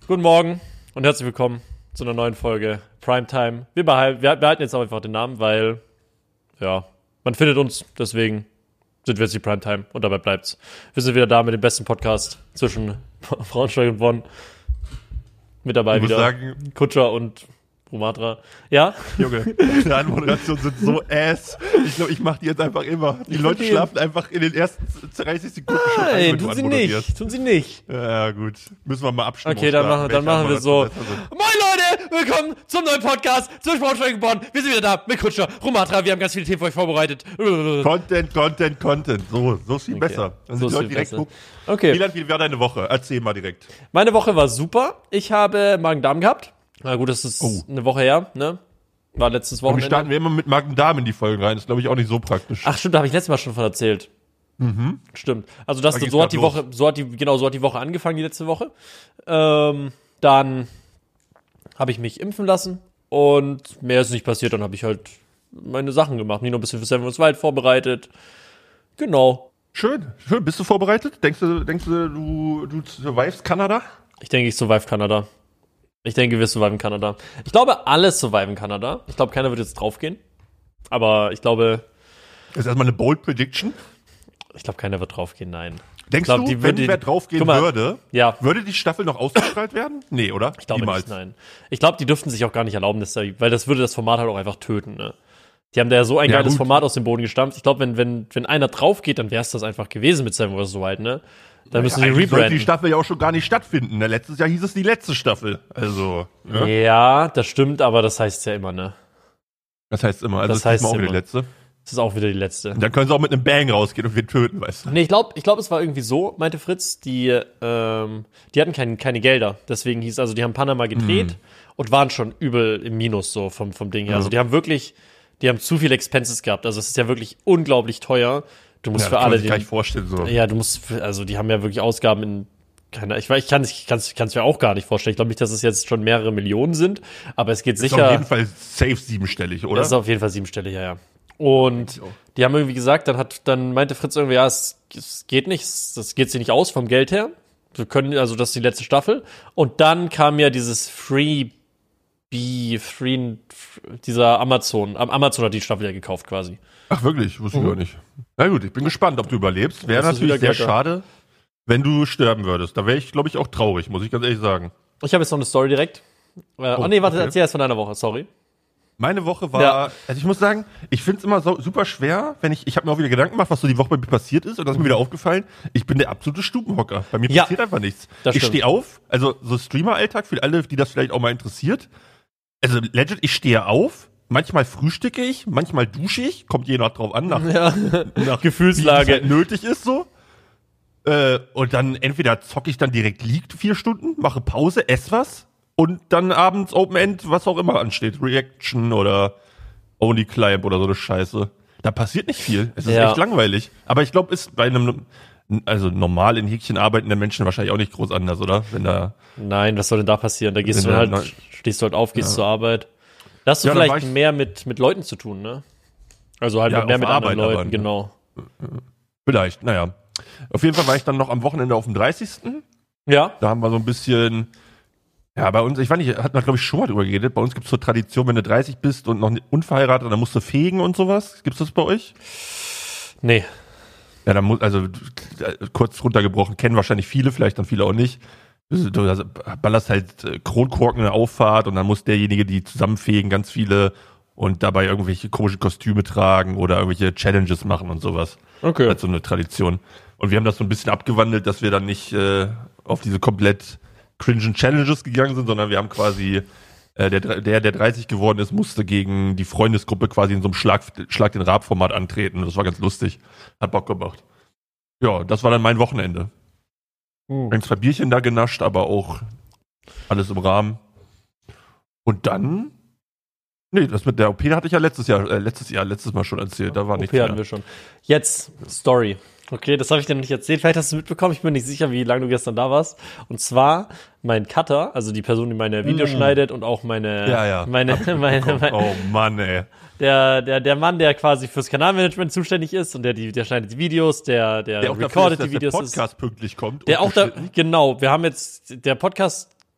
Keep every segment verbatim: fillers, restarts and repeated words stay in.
Guten Morgen und herzlich willkommen zu einer neuen Folge Primetime. Wir behalten, wir behalten jetzt auch einfach den Namen, weil, ja, man findet uns, deswegen sind wir jetzt die Primetime und dabei bleibt's. Wir sind wieder da mit dem besten Podcast zwischen Braunschweig und Bonn. Mit dabei wieder sagen, Kutscher und Rumatra. Ja? Junge, deine Anmoderationen sind so ass. Ich glaube, ich mache die jetzt einfach immer. Die Ich Leute find die- schlafen einfach in den ersten dreißig Sekunden schon ein, Nein, wenn du tun sie anmoderierst. nicht. Tun sie nicht. Ja, gut. Müssen wir mal abstimmen. Okay, dann starten, machen, dann welche machen wir so. Anmoderationen besser sind. Moin Leute, willkommen zum neuen Podcast zwischen Braunschweig und Bonn. Wir sind wieder da mit Kutscher, Rumatra. Wir haben ganz viele Themen für euch vorbereitet. Content, Content, Content. So, so ist viel Okay. besser. Dann So sind ist die Leute viel direkt besser. gucken. Okay. Wieland, wie war deine Woche? Erzähl mal direkt. Meine Woche war super. Ich habe Magen-Darm gehabt. Na gut, das ist Oh. eine Woche her, ne? War letztes Und wir Wochenende. starten wir immer mit Magen-Darm in die Folgen rein. Das ist, glaube ich, auch nicht so praktisch. Ach stimmt, da habe ich letztes Mal schon von erzählt. Mhm. Stimmt. Also das, Da geht's so hat grad die los. Woche, so hat die, genau, so hat die Woche angefangen, die letzte Woche. Ähm, dann habe ich mich impfen lassen und mehr ist nicht passiert. Dann habe ich halt meine Sachen gemacht. Mich noch ein bisschen für Seven Wonders Wild vorbereitet. Genau. Schön, schön. Bist du vorbereitet? Denkst du, denkst du, du, du survivest Kanada? Ich denke, ich survive Kanada. Ich denke, wir surviven Kanada. Ich glaube, alle surviven Kanada. Ich glaube, keiner wird jetzt draufgehen. Aber ich glaube, Das ist erstmal eine bold Prediction. ich glaube, keiner wird draufgehen, nein. Denkst glaub, du, die wenn würde- wer draufgehen Guck mal. würde, Ja. würde die Staffel noch ausgestrahlt werden? Nee, oder? Ich glaube Niemals. nicht, nein. Ich glaube, die dürften sich auch gar nicht erlauben, dass da, weil das würde das Format halt auch einfach töten, ne? Die haben da ja so ein Ja, geiles gut. Format aus dem Boden gestampft. Ich glaube, wenn, wenn, wenn einer drauf geht, dann wäre es das einfach gewesen mit Seven Wonders Wild, ne? Dann müssen Ja, die eigentlich sollte die rebranden. Staffel ja auch schon gar nicht stattfinden. Ne? Letztes Jahr hieß es die letzte Staffel. Also, ne? Ja, das stimmt, aber das heißt ja immer, ne? Das heißt immer. Also Das das heißt heißt auch wieder immer. die letzte. Das ist auch wieder die letzte. Und dann können sie auch mit einem Bang rausgehen und wir töten, weißt du. Nee, ich glaube, ich glaub, es war irgendwie so, meinte Fritz, die, ähm, die hatten kein, keine Gelder. Deswegen hieß also, die haben Panama gedreht und waren schon übel im Minus so vom, vom Ding her. Also die haben wirklich, die haben zu viele Expenses gehabt. Also es ist ja wirklich unglaublich teuer. Du musst Ja, für kann man alle sich gar den, nicht vorstellen. So. ja, du musst, für, also die haben ja wirklich Ausgaben in, keine, ich weiß, ich kann es, ich kann's, ich kann's mir auch gar nicht vorstellen. Ich glaube nicht, dass es jetzt schon mehrere Millionen sind, aber es geht Ist auf sicher. jeden Fall safe siebenstellig, oder? Das ist auf jeden Fall siebenstellig, ja, ja. Und die haben irgendwie gesagt, dann hat, dann meinte Fritz irgendwie, ja, es, es geht nicht, es, das geht sich nicht aus vom Geld her. Wir können, also das ist die letzte Staffel. Und dann kam ja dieses Free B, Free, dieser Amazon, Am- Amazon hat die Staffel ja gekauft quasi. Ach wirklich? Wusste ich gar nicht. Na gut, ich bin gespannt, ob du überlebst. Wäre Das ist natürlich wieder sehr Götter. schade, wenn du sterben würdest. Da wäre ich, glaube ich, auch traurig, muss ich ganz ehrlich sagen. Ich habe jetzt noch eine Story direkt. Äh, oh, nee, warte, okay. erzähl erst von deiner Woche, sorry. Meine Woche war, Ja. also ich muss sagen, ich finde es immer so super schwer, wenn ich, ich habe mir auch wieder Gedanken gemacht, was so die Woche bei mir passiert ist, und das ist mir wieder aufgefallen, ich bin der absolute Stubenhocker. Bei mir Ja, passiert einfach nichts. das Ich stimmt. stehe auf, also so Streamer-Alltag, für alle, die das vielleicht auch mal interessiert. Also legit, ich stehe auf, manchmal frühstücke ich, manchmal dusche ich, kommt je nach drauf an, nach, Ja, nach Gefühlslage. wie es halt nötig ist so. Äh, und dann entweder zocke ich dann direkt liegt vier Stunden, mache Pause, esse was und dann abends Open End, was auch immer ansteht, Reaction oder Only Climb oder so eine Scheiße. Da passiert nicht viel. Es ist Ja. echt langweilig. Aber ich glaube, ist bei einem, also normal in Häkchen arbeitenden Menschen wahrscheinlich auch nicht groß anders, oder? Wenn da. Nein, was soll denn da passieren? Da gehst Wenn du du- halt, nein. stehst du halt auf, gehst Ja. zur Arbeit. Da hast du Ja, dann war vielleicht ich- mehr mit, mit Leuten zu tun, ne? Also halt Ja, mit mehr auf mit Arbeit anderen Leuten, aber, ne? genau. Vielleicht, naja. Auf jeden Fall war ich dann noch am Wochenende auf dem dreißigsten Ja, Da haben wir so ein bisschen, ja, bei uns, ich weiß nicht, hat man, glaube ich, schon mal drüber geredet. Bei uns gibt es so Tradition, wenn du dreißig bist und noch nicht unverheiratet, dann musst du fegen und sowas. Gibt's das bei euch? nee. Ja, dann muss, also äh, kurz runtergebrochen, kennen wahrscheinlich viele, vielleicht dann viele auch nicht. Du, du also, ballerst halt äh, Kronkorken in der Auffahrt und dann muss derjenige, die zusammenfegen, ganz viele und dabei irgendwelche komischen Kostüme tragen oder irgendwelche Challenges machen und sowas. Okay. Das ist so eine Tradition. Und wir haben das so ein bisschen abgewandelt, dass wir dann nicht äh, auf diese komplett cringen Challenges gegangen sind, sondern wir haben quasi, äh, der, der, der dreißig geworden ist, musste gegen die Freundesgruppe quasi in so einem Schlag, Schlag den Rab-Format antreten. Das war ganz lustig. Hat Bock gemacht. Ja, das war dann mein Wochenende. Hm. Ein, zwei Bierchen da genascht, aber auch alles im Rahmen. Und dann, nee, das mit der O P hatte ich ja letztes Jahr, äh, letztes Jahr, letztes Mal schon erzählt. Da war nichts O P hatten mehr. wir schon. Jetzt, Story. Okay, das habe ich dir noch nicht erzählt. Vielleicht hast du es mitbekommen. Ich bin nicht sicher, wie lange du gestern da warst. Und zwar mein Cutter, also die Person, die meine Videos Mm. schneidet und auch meine, Ja, ja. meine, meine, meine Oh Mann, ey. der, der, der Mann, der quasi fürs Kanalmanagement zuständig ist und der, die, der schneidet die Videos, der, der, Der auch dafür recordet ist, dass die Videos der ist. Podcast pünktlich kommt. Der und auch da, geschnitten. genau, wir haben jetzt, der Podcast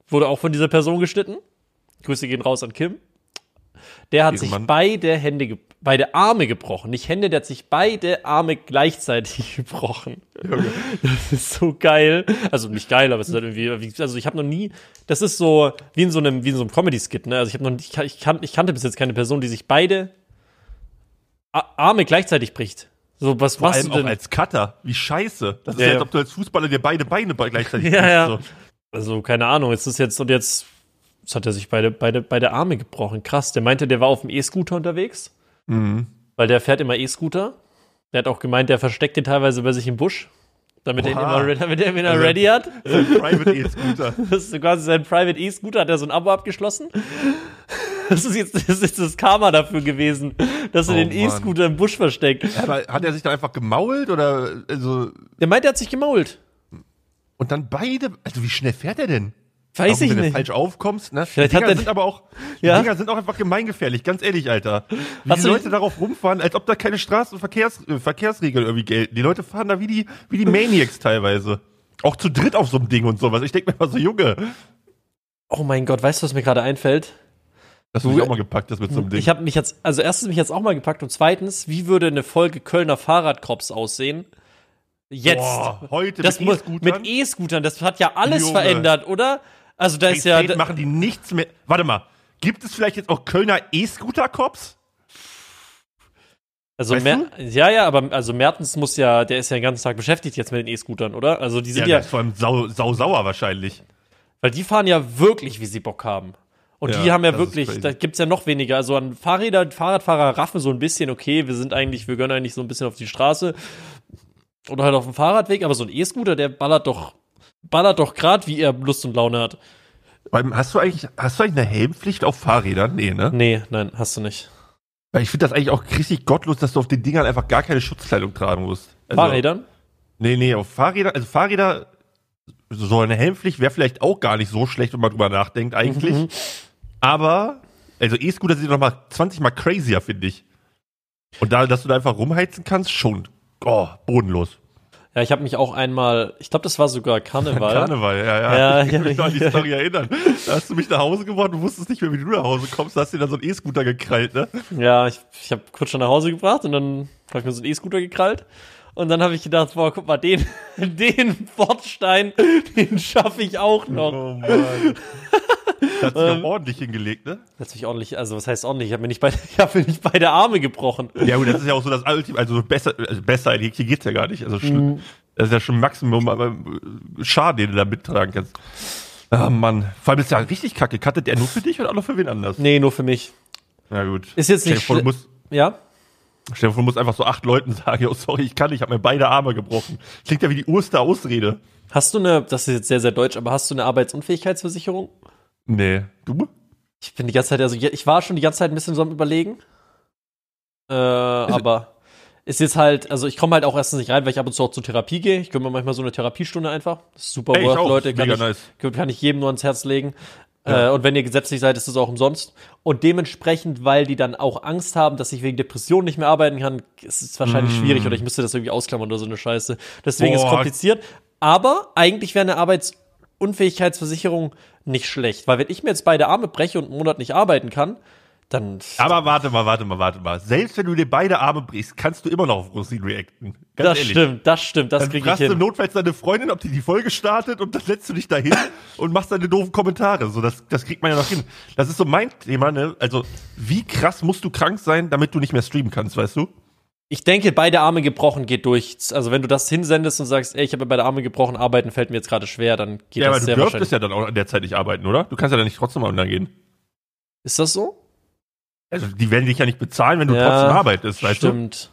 wurde auch von dieser Person geschnitten. Grüße gehen raus an Kim. Der hat sich Mann. beide Hände, ge- beide Arme gebrochen. Nicht Hände, der hat sich beide Arme gleichzeitig gebrochen. Okay. Das ist so geil. Also nicht geil, aber es ist halt irgendwie, also ich habe noch nie, das ist so wie in so einem, wie in so einem Comedy-Skit, ne? Also ich habe noch nicht, ich, kan, ich kannte bis jetzt keine Person, die sich beide A- Arme gleichzeitig bricht. So, was Vor machst allem du denn? auch als Cutter. Wie scheiße. Das ist Ja, ja, ja. als ob du als Fußballer dir beide Beine be- gleichzeitig Ja, brichst, ja. so. Also, keine Ahnung, jetzt ist jetzt, und jetzt, jetzt hat er sich beide, beide, beide Arme gebrochen. Krass, der meinte, der war auf dem E-Scooter unterwegs, Mhm. weil der fährt immer E-Scooter. Der hat auch gemeint, der versteckt den teilweise bei sich im Busch, damit er ihn Oha. immer, damit er ihn immer Also- ready hat. Ein Private E-Scooter. Das ist so quasi sein Private E-Scooter, hat er so ein Abo abgeschlossen. Das ist jetzt, das ist jetzt das Karma dafür gewesen, dass er Oh, den Mann. E-Scooter im Busch versteckt. Aber hat er sich dann einfach gemault oder also Der meint, er hat sich gemault. und dann beide, also wie schnell fährt er denn? Weiß Auch ich wenn du nicht. falsch aufkommst, ne? Vielleicht die hat Dinger er- sind aber auch, die Ja? Dinger sind auch einfach gemeingefährlich, ganz ehrlich, Alter. Wie Hast die du- Leute darauf rumfahren, als ob da keine Straßen- und Verkehrs, äh, Verkehrsregeln irgendwie gelten. Die Leute fahren da wie die, wie die Maniacs teilweise. Auch zu dritt auf so einem Ding und sowas. Ich denke mir mal so, Junge, Oh mein Gott, weißt du, was mir gerade einfällt? dass du Du- mich auch mal gepackt hast mit so einem Ding. Ich habe mich jetzt, also erstens mich jetzt auch mal gepackt und zweitens, wie würde eine Folge Kölner Fahrradcops aussehen? Jetzt. Boah, heute das mit muss- E-Scootern. mit E-Scootern, das hat ja alles Junge. verändert, oder? Also da ist ja, State machen die nichts mehr. Warte mal, gibt es vielleicht jetzt auch Kölner E-Scooter-Cops? also weißt Mer ja, ja, aber also Mertens muss ja, der ist ja den ganzen Tag beschäftigt jetzt mit den E-Scootern, oder? Also die sind Ja, ja, das ist vor allem sau, sau sauer wahrscheinlich. weil die fahren ja wirklich, wie sie Bock haben. Und Ja, die haben ja das ist wirklich, crazy. da gibt's ja noch weniger. Also an Fahrräder, Fahrradfahrer raffen so ein bisschen, okay, wir sind eigentlich, wir gönnen eigentlich so ein bisschen auf die Straße oder halt auf dem Fahrradweg, aber so ein E-Scooter, der ballert doch, ballert doch grad, wie er Lust und Laune hat. Beim- Hast du eigentlich, hast du eigentlich eine Helmpflicht auf Fahrrädern? Nee, ne? Nee, nein, hast du nicht. Weil ich finde das eigentlich auch richtig gottlos, dass du auf den Dingern einfach gar keine Schutzkleidung tragen musst. Also, Fahrrädern? Nee, nee, auf Fahrrädern, also Fahrräder, so eine Helmpflicht wäre vielleicht auch gar nicht so schlecht, wenn man drüber nachdenkt, eigentlich. Mhm. Aber, also E-Scooter sind noch mal zwanzig mal crazier, finde ich. Und da, dass du da einfach rumheizen kannst, schon, oh, bodenlos. Ja, ich habe mich auch einmal, ich glaube, das war sogar Karneval. Karneval, ja, ja. Ja, ich ja, kann mich noch an die ja. Story erinnern. Da hast du mich nach Hause gebracht und wusstest nicht mehr, wie du nach Hause kommst. Da hast du dir dann so einen E-Scooter gekrallt, ne? Ja, ich, ich habe kurz schon nach Hause gebracht und dann habe ich mir so einen E-Scooter gekrallt. Und dann habe ich gedacht, boah, guck mal, den, den Bordstein, den schaffe ich auch noch. Oh Mann. Da hat sich Ähm. auch ordentlich hingelegt, ne? Natürlich ordentlich, also was heißt ordentlich? Ich habe mir nicht beide, ich habe mir nicht beide Arme gebrochen. Ja, gut, das ist ja auch so das Ultim, also besser, also besser, hier hier geht's ja gar nicht. Also schl- das ist ja schon Maximum aber, äh, Schaden, den du da mittragen kannst. Ah, Mann. Vor allem ist ja richtig kacke. Cuttet der nur für dich oder auch noch für wen anders? Nee, nur für mich. Na gut. Ist jetzt Stell dir nicht vor, du schli- musst, Ja? stell dir vor, du musst einfach so acht Leuten sagen, oh, sorry, ich kann nicht, ich habe mir beide Arme gebrochen. Klingt ja wie die urste Ausrede. Hast du eine, das ist jetzt sehr, sehr deutsch, aber hast du eine Arbeitsunfähigkeitsversicherung? Nee. Du? Ich bin die ganze Zeit, also ich war schon die ganze Zeit ein bisschen so am Überlegen. Äh, aber ist jetzt halt, also ich komme halt auch erstens nicht rein, weil ich ab und zu auch zur Therapie gehe. Ich gönne mir manchmal so eine Therapiestunde einfach. Das ist super Ey, ich worth, auch. Leute. Kann Mega ich, nice. kann ich jedem nur ans Herz legen. Ja. Äh, und wenn ihr gesetzlich seid, ist das auch umsonst. Und dementsprechend, weil die dann auch Angst haben, dass ich wegen Depressionen nicht mehr arbeiten kann, ist es wahrscheinlich Mm. schwierig oder ich müsste das irgendwie ausklammern oder so eine Scheiße. Deswegen ist es Boah. kompliziert. Aber eigentlich wäre eine Arbeitsunfähigkeitsversicherung nicht schlecht. Weil wenn ich mir jetzt beide Arme breche und einen Monat nicht arbeiten kann, dann. Aber warte mal, warte mal, warte mal. Selbst wenn du dir beide Arme brichst, kannst du immer noch auf Rosin reacten. Ganz das ehrlich. stimmt, das stimmt, das Dann kriege ich fragst du hin. notfalls deine Freundin, ob die die Folge startet und dann setzt du dich dahin und machst deine doofen Kommentare. So, das, das kriegt man ja noch hin. Das ist so mein Thema, ne? Also, wie krass musst du krank sein, damit du nicht mehr streamen kannst, weißt du? Ich denke, beide Arme gebrochen geht durch. Also wenn du das hinsendest und sagst, ey, ich habe beide Arme gebrochen, arbeiten fällt mir jetzt gerade schwer, dann geht Ja, aber das du sehr dürftest wahrscheinlich. ja dann auch in der Zeit nicht arbeiten, oder? Du kannst ja dann nicht trotzdem mal untergehen. Ist das so? Also, die werden dich ja nicht bezahlen, wenn du Ja, trotzdem arbeitest, weißt du? Stimmt.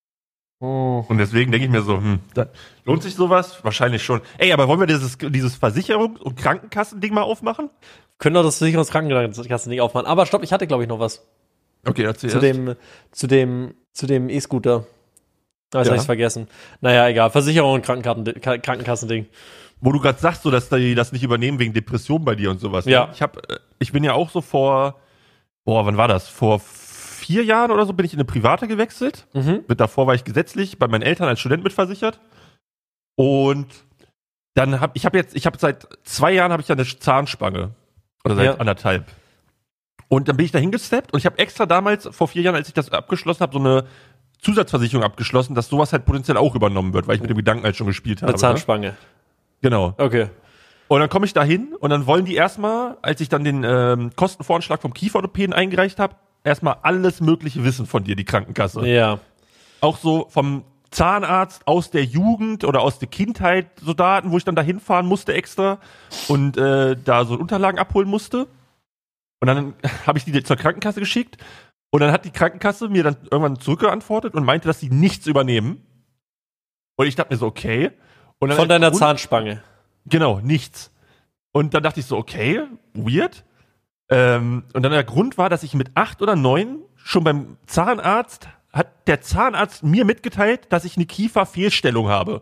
Oh. Und deswegen denke ich mir so, hm, da, lohnt sich sowas? Wahrscheinlich schon. Ey, aber wollen wir dieses, dieses Versicherungs- und Krankenkassending mal aufmachen? Können doch das Versicherungskrankenkassen nicht aufmachen. Aber stopp, ich hatte, glaube ich, noch was. Okay, erzähl Zu erst. dem, zu dem, zu dem E-Scooter. Das Ja. habe ich vergessen. Naja, egal. Versicherung und Krankenkarten, Krankenkassending. Wo du gerade sagst, so, dass die das nicht übernehmen wegen Depressionen bei dir und sowas. ne? Ja. Ich hab, äh, ich bin ja auch so vor, boah, wann war das? Vor vier Jahren oder so bin ich in eine private gewechselt. Mhm. Mit davor war ich gesetzlich bei meinen Eltern als Student mitversichert. Und dann habe ich habe jetzt, ich habe seit zwei Jahren habe ich ja eine Zahnspange. Oder seit Ja. anderthalb. Und dann bin ich da hingesteppt und ich habe extra damals, vor vier Jahren, als ich das abgeschlossen habe, so eine Zusatzversicherung abgeschlossen, dass sowas halt potenziell auch übernommen wird, weil ich mit dem Gedanken halt schon gespielt habe. Eine Zahnspange. Ne? Genau. Okay. Und dann komme ich da hin und dann wollen die erstmal, als ich dann den ähm, Kostenvoranschlag vom Kieferorthopäden eingereicht habe, erstmal alles mögliche wissen von dir, die Krankenkasse. Ja. Auch so vom Zahnarzt aus der Jugend oder aus der Kindheit so Daten, wo ich dann da hinfahren musste extra und äh, da so Unterlagen abholen musste. Und dann habe ich die zur Krankenkasse geschickt und dann hat die Krankenkasse mir dann irgendwann zurückgeantwortet und meinte, dass sie nichts übernehmen. Und ich dachte mir so, okay. Und dann Von deiner Grund, Zahnspange. Genau, nichts. Und dann dachte ich so, okay, weird. Ähm, und dann der Grund war, dass ich mit acht oder neun schon beim Zahnarzt, hat der Zahnarzt mir mitgeteilt, dass ich eine Kieferfehlstellung habe.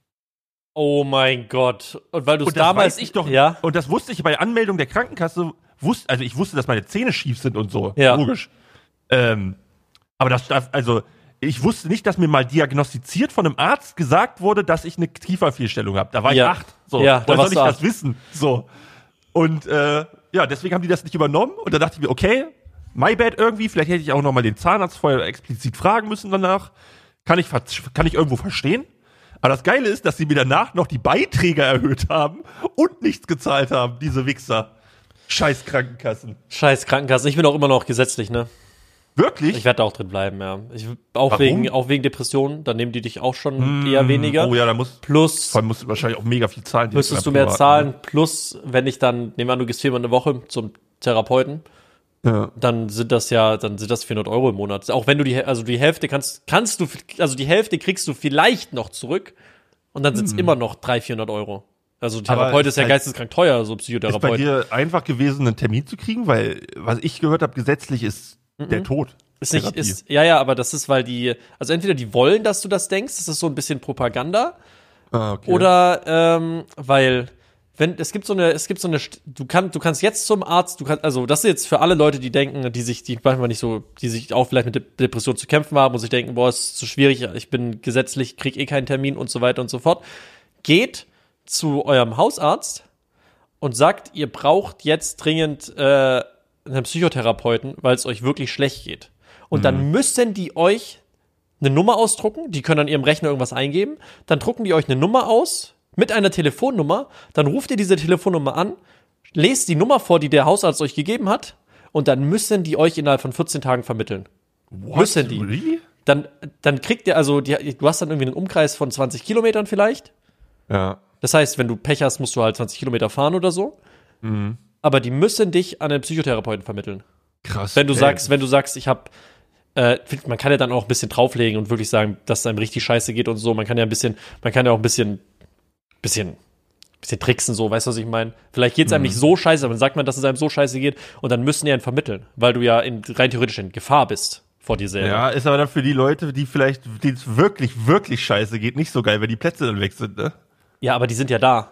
Oh mein Gott. Und weil du es Und das damals. weiß ich doch. Ja. Und das wusste ich bei Anmeldung der Krankenkasse. Wusste, also ich wusste, dass meine Zähne schief sind und so. Ja. Logisch. Ähm, aber das, also ich wusste nicht, dass mir mal diagnostiziert von einem Arzt gesagt wurde, dass ich eine Kieferfehlstellung habe. Da war Ja. ich acht. So. Ja, da Woher warst soll ich du das wissen? So. Und äh, ja, deswegen haben die das nicht übernommen. Und dann dachte ich mir, okay, my bad irgendwie. Vielleicht hätte ich auch noch mal den Zahnarzt vorher explizit fragen müssen danach. Kann ich, kann ich irgendwo verstehen. Aber das Geile ist, dass sie mir danach noch die Beiträge erhöht haben und nichts gezahlt haben, diese Wichser. Scheiß Krankenkassen. Scheiß Krankenkasse. Ich bin auch immer noch gesetzlich, ne? Wirklich? Ich werde da auch drin bleiben, ja. Ich, auch, Warum? wegen, auch wegen Depressionen. Dann nehmen die dich auch schon Hm, eher weniger. Oh ja, da muss, Plus vor allem musst du wahrscheinlich auch mega viel zahlen. müsstest du mehr zahlen. Plus, wenn ich dann, nehmen wir an, du gehst viermal eine Woche zum Therapeuten, Ja. dann sind das ja, dann sind das vierhundert Euro im Monat. Auch wenn du die, also die Hälfte kannst, kannst du, also die Hälfte kriegst du vielleicht noch zurück und dann sind es Hm. immer noch dreihundert, vierhundert Euro. Also Aber Therapeut ist ist ja halt- geisteskrank teuer, so Ist bei Psychotherapeut. dir einfach gewesen, einen Termin zu kriegen? Weil, was ich gehört habe, gesetzlich ist der Tod. Ist nicht, Therapie. ist, ja, ja, aber das ist, weil die, also entweder die wollen, dass du das denkst, das ist so ein bisschen Propaganda, Ah, okay. oder ähm, weil, wenn, es gibt so eine, es gibt so eine, St- du kannst, du kannst jetzt zum Arzt, du kannst, also das ist jetzt für alle Leute, die denken, die sich, die manchmal nicht so, die sich auch vielleicht mit De- Depression zu kämpfen haben und sich denken, boah, ist zu schwierig, ich bin gesetzlich, krieg eh keinen Termin und so weiter und so fort. Geht zu eurem Hausarzt und sagt, ihr braucht jetzt dringend äh, einen Psychotherapeuten, weil es euch wirklich schlecht geht. Und dann müssen die euch eine Nummer ausdrucken, die können an ihrem Rechner irgendwas eingeben, dann drucken die euch eine Nummer aus mit einer Telefonnummer, dann ruft ihr diese Telefonnummer an, lest die Nummer vor, die der Hausarzt euch gegeben hat, und dann müssen die euch innerhalb von vierzehn Tagen vermitteln. What? müssen die. Really? Dann, dann kriegt ihr, also, die, du hast dann irgendwie einen Umkreis von zwanzig Kilometern vielleicht. Ja. Das heißt, wenn du Pech hast, musst du halt zwanzig Kilometer fahren oder so. Mhm. Aber die müssen dich an einen Psychotherapeuten vermitteln. Krass. Wenn du ey. sagst, wenn du sagst, ich habe, äh, man kann ja dann auch ein bisschen drauflegen und wirklich sagen, dass es einem richtig scheiße geht und so. Man kann ja ein bisschen, man kann ja auch ein bisschen, bisschen, bisschen tricksen, so, weißt du, was ich meine? Vielleicht geht es einem Mhm. nicht so scheiße, aber dann sagt man, dass es einem so scheiße geht und dann müssen die einen vermitteln, weil du ja in, rein theoretisch in Gefahr bist vor dir selber. Ja, ist aber dann für die Leute, die vielleicht, denen es wirklich, wirklich scheiße geht, nicht so geil, wenn die Plätze dann weg sind, ne? Ja, aber die sind ja da.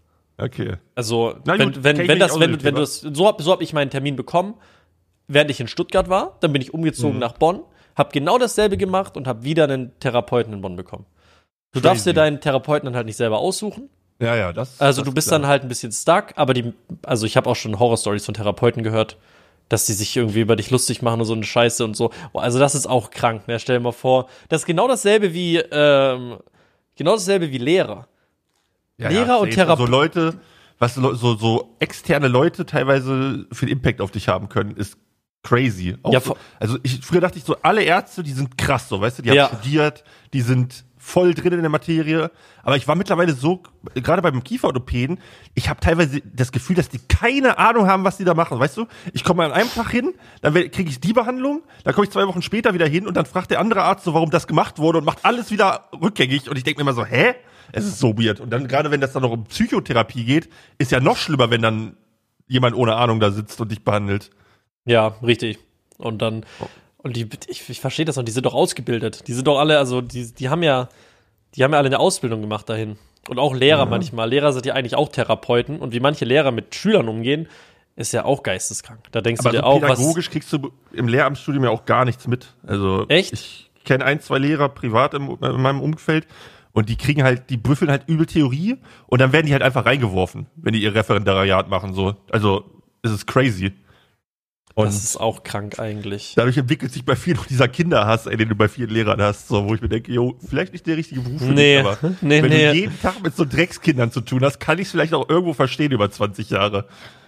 Okay. Also, Na wenn, gut, wenn, kenn ich wenn mich das, auch wenn nicht, du, wenn du aber- das, so hab, so hab ich meinen Termin bekommen, während ich in Stuttgart war, dann bin ich umgezogen Mhm. nach Bonn, hab genau dasselbe gemacht und hab wieder einen Therapeuten in Bonn bekommen. Du darfst dir Crazy. deinen Therapeuten dann halt nicht selber aussuchen. Ja, ja, das. Also das du bist klar. dann halt ein bisschen stuck, aber die, also ich habe auch schon Horrorstories von Therapeuten gehört, dass die sich irgendwie über dich lustig machen und so eine Scheiße und so. Boah, also das ist auch krank, ne? Stell dir mal vor, das ist genau dasselbe wie, ähm, genau dasselbe wie Lehrer. Ja, Lehrer ja, und safe. Therape- So Leute, was so, so, so externe Leute teilweise für den Impact auf dich haben können, ist crazy. Auch Ja, so, vor- also ich, früher dachte ich so, alle Ärzte, die sind krass, so, weißt du, die haben Ja. studiert, die sind voll drin in der Materie. Aber ich war mittlerweile so, gerade beim Kieferorthopäden, ich habe teilweise das Gefühl, dass die keine Ahnung haben, was die da machen. Weißt du, ich komme an einem Tag hin, dann kriege ich die Behandlung, dann komme ich zwei Wochen später wieder hin und dann fragt der andere Arzt so, warum das gemacht wurde und macht alles wieder rückgängig. Und ich denke mir immer so, hä? Es ist so weird. Und dann, gerade wenn das dann noch um Psychotherapie geht, ist ja noch schlimmer, wenn dann jemand ohne Ahnung da sitzt und dich behandelt. Ja, richtig. Und dann, und die, ich, ich verstehe das noch, die sind doch ausgebildet. Die sind doch alle, also die, die haben ja, die haben ja alle eine Ausbildung gemacht dahin. Und auch Lehrer Ja. manchmal. Lehrer sind ja eigentlich auch Therapeuten. Und wie manche Lehrer mit Schülern umgehen, ist ja auch geisteskrank. Da denkst Aber du dir so auch, was. pädagogisch kriegst du im Lehramtsstudium ja auch gar nichts mit. Also Echt? ich kenne ein, zwei Lehrer privat im, in meinem Umfeld Und die kriegen halt, die büffeln halt übel Theorie und dann werden die halt einfach reingeworfen, wenn die ihr Referendariat machen, so. Also, es ist crazy. Und das ist auch krank eigentlich. Dadurch entwickelt sich bei vielen auch dieser Kinderhass, ey, den du bei vielen Lehrern hast, so, wo ich mir denke, jo, vielleicht nicht der richtige Beruf für nee, dich, aber nee, wenn nee. du jeden Tag mit so Dreckskindern zu tun hast, kann ich es vielleicht auch irgendwo verstehen über zwanzig Jahre.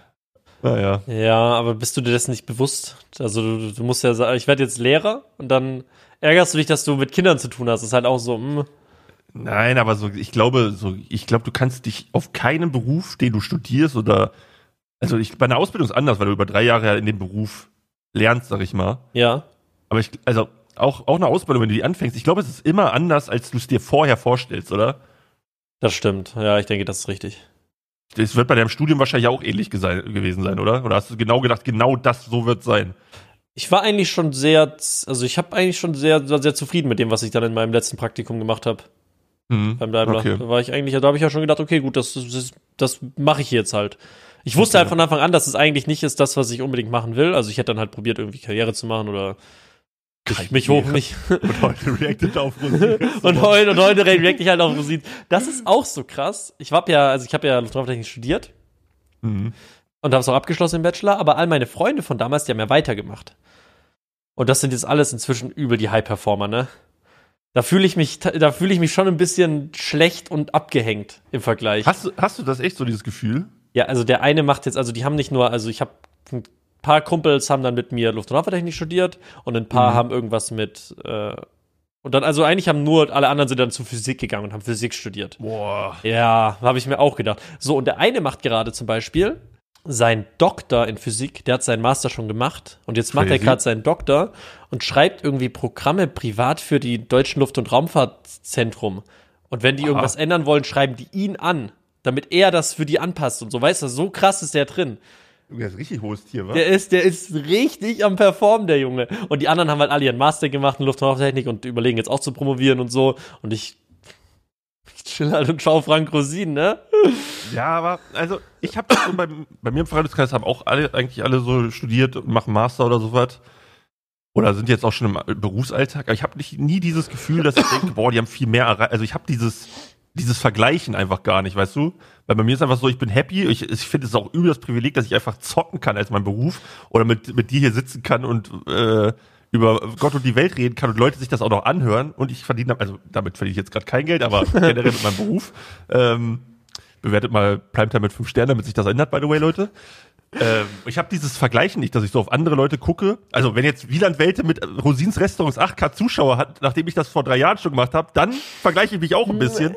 Naja. Ja, aber bist du dir das nicht bewusst? Also du, du musst ja sagen, ich werde jetzt Lehrer und dann ärgerst du dich, dass du mit Kindern zu tun hast. Das ist halt auch so, mh. Nein, aber so, ich glaube, so, ich glaube, du kannst dich auf keinen Beruf, den du studierst oder, also ich, bei einer Ausbildung ist anders, weil du über drei Jahre in dem Beruf lernst, sag ich mal. Ja. Aber ich, also auch, auch eine Ausbildung, wenn du die anfängst, ich glaube, es ist immer anders, als du es dir vorher vorstellst, oder? Das stimmt. Ja, ich denke, das ist richtig. Das wird bei deinem Studium wahrscheinlich auch ähnlich gese- gewesen sein, oder? Oder hast du genau gedacht, genau das, so wird sein? Ich war eigentlich schon sehr, also ich habe eigentlich schon sehr, sehr, sehr zufrieden mit dem, was ich dann in meinem letzten Praktikum gemacht habe. Mhm. Beim Daimler. Okay. Da war ich eigentlich, da habe ich ja schon gedacht, okay, gut, das, das, das mache ich jetzt halt. Ich wusste Okay. halt von Anfang an, dass es eigentlich nicht ist das, was ich unbedingt machen will. Also ich hätte dann halt probiert, irgendwie Karriere zu machen oder mich, mich hoch, mich. Und heute reacted auf Musik. und heute, und heute react ich halt auf Musik. Das ist auch so krass. Ich hab ja, also ich habe ja Luftrauftechnik studiert Mhm. und habe es auch abgeschlossen im Bachelor, aber all meine Freunde von damals, die haben ja weitergemacht. Und das sind jetzt alles inzwischen übel die High-Performer, ne? Da fühle ich mich, da fühle ich mich schon ein bisschen schlecht und abgehängt im Vergleich. Hast du, hast du das echt so, dieses Gefühl? Ja, also der eine macht jetzt, also die haben nicht nur, also ich habe ein paar Kumpels haben dann mit mir Luft- und Raumfahrttechnik studiert und ein paar Mhm. haben irgendwas mit, äh, und dann, also eigentlich haben nur, alle anderen sind dann zu Physik gegangen und haben Physik studiert. Boah. Ja, habe ich mir auch gedacht. So, und der eine macht gerade zum Beispiel sein Doktor in Physik, der hat seinen Master schon gemacht und jetzt macht er Crazy. gerade seinen Doktor und schreibt irgendwie Programme privat für die deutschen Luft- und Raumfahrtzentrum. Und wenn die Aha. irgendwas ändern wollen, schreiben die ihn an, damit er das für die anpasst und so. Weißt du, so krass ist der drin. Der ist richtig hohes Tier, wa? Der ist, der ist richtig am Performen, der Junge. Und die anderen haben halt alle ihren Master gemacht in Luft- und Raumfahrttechnik und überlegen jetzt auch zu promovieren und so. Und ich, ich chill halt und schau Frank Rosin, ne? Ja, aber also ich habe das so beim, bei mir im Freundeskreis haben auch alle eigentlich alle so studiert und machen Master oder sowas. Oder sind jetzt auch schon im Berufsalltag. Aber ich habe nicht nie dieses Gefühl, dass ich denke, boah, die haben viel mehr erreicht. Also ich habe dieses dieses Vergleichen einfach gar nicht, weißt du? Weil bei mir ist einfach so, ich bin happy. Ich, ich finde es auch übel das Privileg, dass ich einfach zocken kann als mein Beruf oder mit mit dir hier sitzen kann und äh, über Gott und die Welt reden kann und Leute sich das auch noch anhören. Und ich verdiene, also damit verdiene ich jetzt gerade kein Geld, aber generell mit meinem Beruf. Ähm, bewertet mal Primetime mit fünf Sternen, damit sich das ändert, by the way, Leute. Ähm, ich habe dieses Vergleichen nicht, dass ich so auf andere Leute gucke. Also wenn jetzt Wieland Welte mit Rosins Restaurants acht K Zuschauer hat, nachdem ich das vor drei Jahren schon gemacht habe, dann vergleiche ich mich auch ein bisschen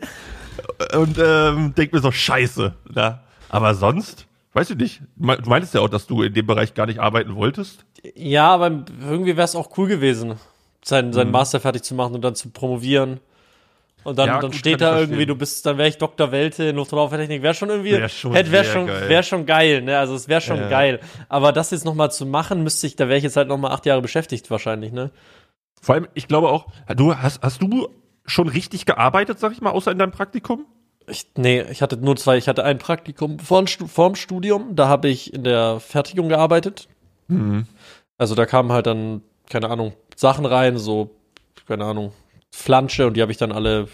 und ähm, denke mir so, scheiße. Na? Aber sonst, weiß ich nicht. Du meintest ja auch, dass du in dem Bereich gar nicht arbeiten wolltest. Ja, aber irgendwie wäre es auch cool gewesen, seinen, seinen Mhm. Master fertig zu machen und dann zu promovieren. Und dann, Ja, dann gut, steht kann da ich irgendwie, verstehen. du bist, dann wäre ich Doktor Welte in Luft- und Raumfahrttechnik. Wäre schon irgendwie, Wär schon hätte, wär sehr schon, geil. wär schon geil, ne? Also es wäre schon Ja. geil. Aber das jetzt nochmal zu machen, müsste ich, da wäre ich jetzt halt nochmal acht Jahre beschäftigt wahrscheinlich, ne? Vor allem, ich glaube auch, du hast, hast du schon richtig gearbeitet, sag ich mal, außer in deinem Praktikum? Ich, nee, ich hatte nur zwei, ich hatte ein Praktikum vor, vorm Studium, da habe ich in der Fertigung gearbeitet. Mhm. Also da kamen halt dann, keine Ahnung, Sachen rein, so, keine Ahnung, Flansche und die habe ich dann alle,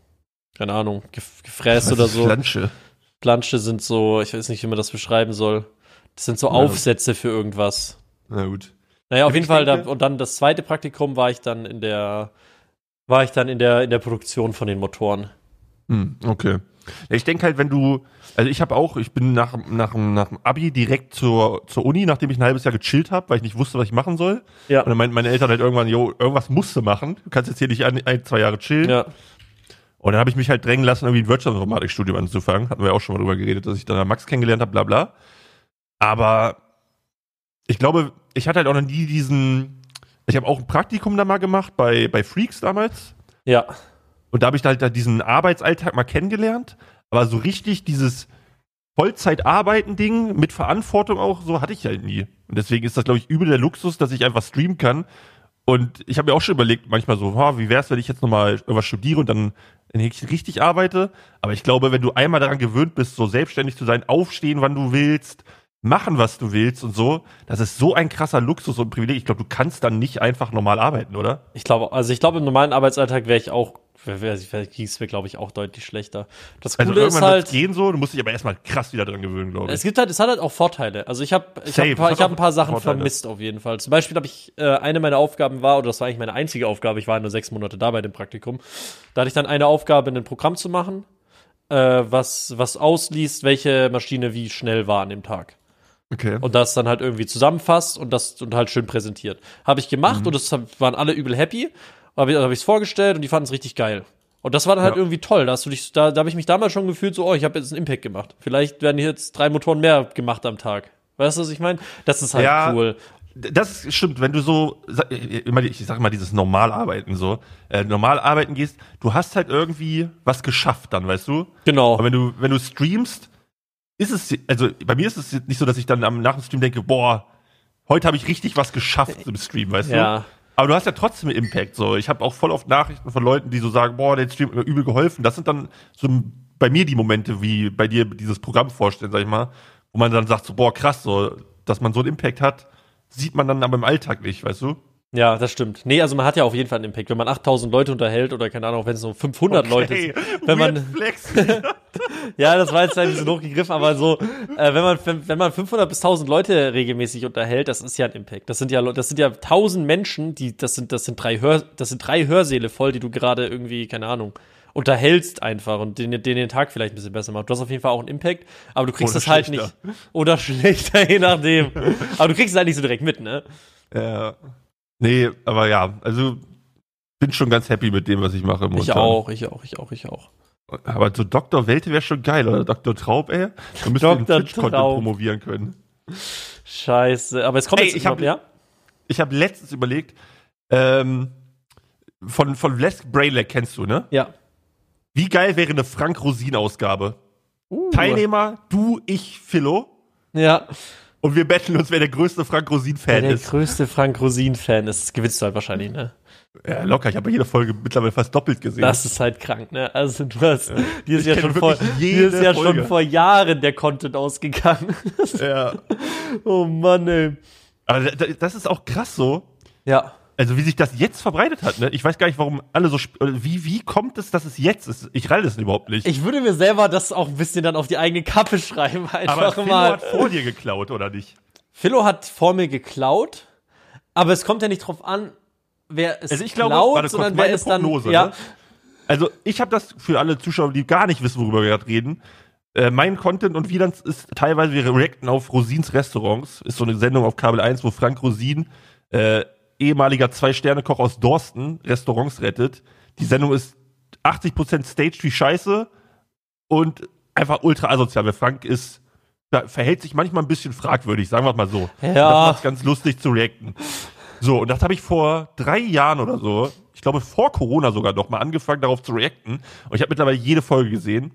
keine Ahnung, gef gefräst Was oder ist so. Flansche. Flansche sind so, ich weiß nicht, wie man das beschreiben soll. Das sind so Ja. Aufsätze für irgendwas. Na gut. Naja, auf Ja, jeden ich Fall, denke- da, und dann das zweite Praktikum war ich dann in der, war ich dann in der, in der Produktion von den Motoren. Hm, okay. Ja, ich denke halt, wenn du, also ich habe auch, ich bin nach, nach, nach dem Abi direkt zur, zur Uni, nachdem ich ein halbes Jahr gechillt habe, weil ich nicht wusste, was ich machen soll. Ja. Und dann meinten meine Eltern halt irgendwann, jo, irgendwas musst du machen. Du kannst jetzt hier nicht ein, ein zwei Jahre chillen. Ja. Und dann habe ich mich halt drängen lassen, irgendwie ein Wirtschaftsinformatikstudium anzufangen. Hatten wir ja auch schon mal drüber geredet, dass ich dann Max kennengelernt habe, bla bla. Aber ich glaube, ich hatte halt auch noch nie diesen, ich habe auch ein Praktikum da mal gemacht bei, bei Freaks damals. Ja. Und da habe ich halt da diesen Arbeitsalltag mal kennengelernt. Aber so richtig dieses Vollzeit-Arbeiten-Ding mit Verantwortung auch, so hatte ich halt nie. Und deswegen ist das, glaube ich, übel der Luxus, dass ich einfach streamen kann. Und ich habe mir auch schon überlegt, manchmal so, ha, wie wär's, wenn ich jetzt nochmal irgendwas studiere und dann richtig arbeite. Aber ich glaube, wenn du einmal daran gewöhnt bist, so selbstständig zu sein, aufstehen, wann du willst, machen, was du willst und so, das ist so ein krasser Luxus und Privileg. Ich glaube, du kannst dann nicht einfach normal arbeiten, oder? Ich glaube, also ich glaube, im normalen Arbeitsalltag wäre ich auch ging es mir, glaube ich, auch deutlich schlechter. Das Also Coole ist irgendwann halt, wird's gehen so, du musst dich aber erstmal krass wieder dran gewöhnen, glaube ich. es gibt halt, es hat halt auch Vorteile. Also ich habe ich Safe, hab ein paar, es hat ich hab ein auch paar Sachen Vorteile. vermisst auf jeden Fall. Zum Beispiel habe ich, äh, eine meiner Aufgaben war, oder das war eigentlich meine einzige Aufgabe, ich war nur sechs Monate da bei dem Praktikum, da hatte ich dann eine Aufgabe, ein Programm zu machen, äh, was, was ausliest, welche Maschine wie schnell war an dem Tag. Okay. Und das dann halt irgendwie zusammenfasst und das und halt schön präsentiert. Habe ich gemacht Mhm. und das hab, waren alle übel happy. Habe ich es hab ich's vorgestellt und die fanden es richtig geil. Und das war dann halt Ja. irgendwie toll. Da hast du dich, da, da habe ich mich damals schon gefühlt, so, oh, ich habe jetzt einen Impact gemacht. Vielleicht werden hier jetzt drei Motoren mehr gemacht am Tag. Weißt du, was ich meine? Das ist halt Ja. cool. Das stimmt, wenn du so, immer, ich sag mal, dieses Normalarbeiten so, äh, normal arbeiten gehst, du hast halt irgendwie was geschafft dann, weißt du? Genau. Aber wenn du, wenn du streamst, ist es, also bei mir ist es nicht so, dass ich dann am, nach dem Stream denke, boah, heute habe ich richtig was geschafft im Stream, weißt Ja. du? Aber du hast ja trotzdem einen Impact, so. Ich habe auch voll oft Nachrichten von Leuten, die so sagen, boah, der Stream hat mir übel geholfen. Das sind dann so bei mir die Momente, wie bei dir dieses Programm vorstellen, sag ich mal, wo man dann sagt so, boah, krass, so, dass man so einen Impact hat, sieht man dann aber im Alltag nicht, weißt du? Ja, das stimmt. Nee, also man hat ja auf jeden Fall einen Impact. Wenn man achttausend Leute unterhält oder keine Ahnung, wenn es nur fünfhundert Leute sind. Wenn man, Flex. ja, das war jetzt ein bisschen hochgegriffen, aber so, äh, wenn man, wenn, wenn man fünfhundert bis tausend Leute regelmäßig unterhält, das ist ja ein Impact. Das sind ja, das sind ja tausend Menschen, die, das sind, das sind drei Hör, das sind drei Hörsäle voll, die du gerade irgendwie, keine Ahnung, unterhältst einfach und den, den den Tag vielleicht ein bisschen besser macht. Du hast auf jeden Fall auch einen Impact, aber du kriegst Oder das halt schlechter. nicht. Oder schlechter, je nachdem. Aber du kriegst es halt nicht so direkt mit, ne? Ja. Nee, aber ja, also bin schon ganz happy mit dem, was ich mache. Ich momentan. auch, ich auch, ich auch, ich auch. Aber so Doktor Welte wäre schon geil, oder Doktor Traub, ey. Man müsste den Doktor Twitch-Content Traub. promovieren können. Scheiße. Aber es kommt Ey, jetzt ich hab- ja? Ich habe letztens überlegt, ähm, von, von Les Brainlag kennst du, ne? Ja. Wie geil wäre eine Frank-Rosin-Ausgabe? Uh. Teilnehmer, du, ich, Philo. Ja. Und wir betteln uns, wer der größte Frank-Rosin-Fan Wer der ist. größte Frank Rosin-Fan ist, das gewinnst du halt wahrscheinlich, ne? Ja, locker. Ich habe jede Folge mittlerweile fast doppelt gesehen. Das ist halt krank, ne? Also du hast, dir ist Ich ja kenn schon vor, wirklich dir ist jede ja Folge. schon vor Jahren der Content ausgegangen. ja. Oh Mann, ey. Aber da- da- das ist auch krass so. Ja. Also wie sich das jetzt verbreitet hat, ne? Ich weiß gar nicht, warum alle so, sp- oder wie, wie kommt es, dass es jetzt ist? Ich ralle das überhaupt nicht. Ich würde mir selber das auch ein bisschen dann auf die eigene Kappe schreiben, Aber einfach Philo mal. hat vor dir geklaut, oder nicht? Philo hat vor mir geklaut, aber es kommt ja nicht drauf an, wer es Also ich glaube, klaut, warte kurz, sondern wer meine es dann, Prognose, ja, ne? Also ich habe das für alle Zuschauer, die gar nicht wissen, worüber wir gerade reden. Äh, mein Content und Wieland ist teilweise, wir reacten auf Rosins Restaurants. Ist so eine Sendung auf Kabel eins, wo Frank Rosin, äh, ehemaliger Zwei-Sterne-Koch aus Dorsten, Restaurants rettet. Die Sendung ist achtzig Prozent staged wie Scheiße und einfach ultra asozial. Weil Frank ist, da verhält sich manchmal ein bisschen fragwürdig, sagen wir mal so. Ja. Und das macht's ganz lustig zu reacten. So, und das habe ich vor drei Jahren oder so, ich glaube vor Corona sogar noch mal angefangen, darauf zu reacten. Und ich habe mittlerweile jede Folge gesehen.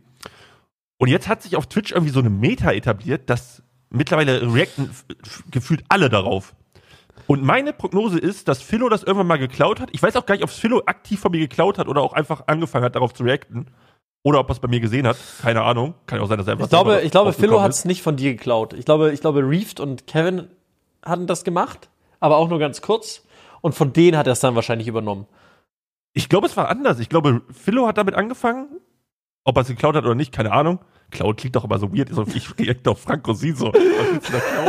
Und jetzt hat sich auf Twitch irgendwie so eine Meta etabliert, dass mittlerweile reacten f- f- gefühlt alle darauf. Und meine Prognose ist, dass Philo das irgendwann mal geklaut hat. Ich weiß auch gar nicht, ob Philo aktiv von mir geklaut hat oder auch einfach angefangen hat, darauf zu reacten. Oder ob er es bei mir gesehen hat. Keine Ahnung. Kann ja auch sein, dass er einfach Ich glaube, selber ich glaube, Philo draufgekommen hat ist. es nicht von dir geklaut. Ich glaube, ich glaube, Reeft und Kevin hatten das gemacht, aber auch nur ganz kurz. Und von denen hat er es dann wahrscheinlich übernommen. Ich glaube, es war anders. Ich glaube, Philo hat damit angefangen. Ob er es geklaut hat oder nicht, keine Ahnung. Klauen klingt doch immer so weird. So, ich react auf Frank Rosin so. Was willst du da klauen?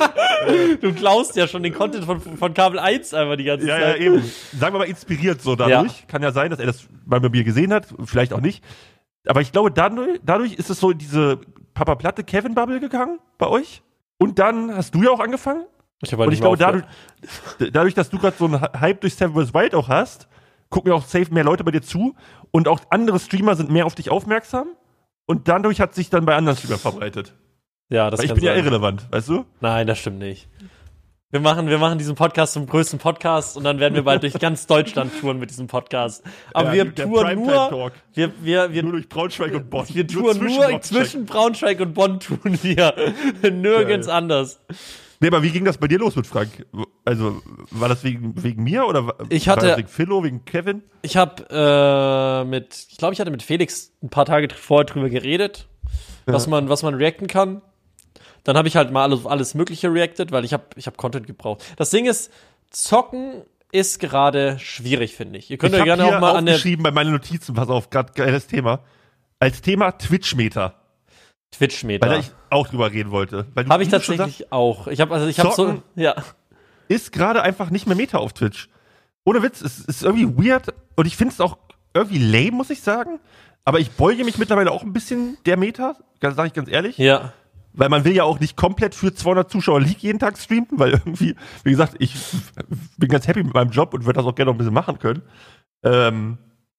So? Du klaust ja schon den Content von, von Kabel eins einfach die ganze Ja, ja, Zeit. eben. Sagen wir mal inspiriert so dadurch. Kann ja sein, dass er das bei mir gesehen hat, vielleicht auch nicht. Aber ich glaube, dadurch, dadurch ist es so in diese Papa Platte Kevin Bubble gegangen bei euch. Und dann hast du ja auch angefangen. Ich habe halt Und nicht ich mehr glaube, aufgehört. dadurch, dadurch, dass du gerade so einen Hype durch Seven vs. Wild auch hast, gucken ja auch safe mehr Leute bei dir zu. Und auch andere Streamer sind mehr auf dich aufmerksam. Und dadurch hat sich dann bei anderen Streamern verbreitet. Ja, das Weil ich kann bin ja sein. irrelevant, weißt du? Nein, das stimmt nicht. Wir machen, wir machen diesen Podcast zum größten Podcast und dann werden wir bald durch ganz Deutschland touren mit diesem Podcast. Aber Ja, wir der touren Primetime nur, Talk. wir, wir, wir, Nur durch Braunschweig und Bonn. wir touren zwischen nur Braunschweig. zwischen Braunschweig und Bonn touren wir. Nirgends Geil. anders. Nee, aber wie ging das bei dir los mit Frank? Also, war das wegen, wegen mir oder war Ich war hatte- das wegen Philo, wegen Kevin? Ich habe äh, mit, ich glaube, ich hatte mit Felix ein paar Tage vorher drüber geredet, was man, was man reacten kann. Dann habe ich halt mal alles, alles Mögliche reacted, weil ich habe ich hab Content gebraucht. Das Ding ist, Zocken ist gerade schwierig, finde ich. Ihr könnt ich ja gerne hier auch mal an der aufgeschrieben bei meinen Notizen, pass auf, gerade geiles Thema. Als Thema Twitch-Meter. Twitch-Meter. Weil ich auch drüber reden wollte. Habe ich tatsächlich sagst, auch. Ich habe also ich habe so ja. Ist gerade einfach nicht mehr Meta auf Twitch. Ohne Witz, es ist irgendwie weird und ich finde es auch irgendwie lame, muss ich sagen. Aber ich beuge mich mittlerweile auch ein bisschen der Meta, sage ich ganz ehrlich. Ja. Weil man will ja auch nicht komplett für zweihundert Zuschauer League jeden Tag streamen, weil irgendwie, wie gesagt, ich bin ganz happy mit meinem Job und würde das auch gerne noch ein bisschen machen können. Ähm,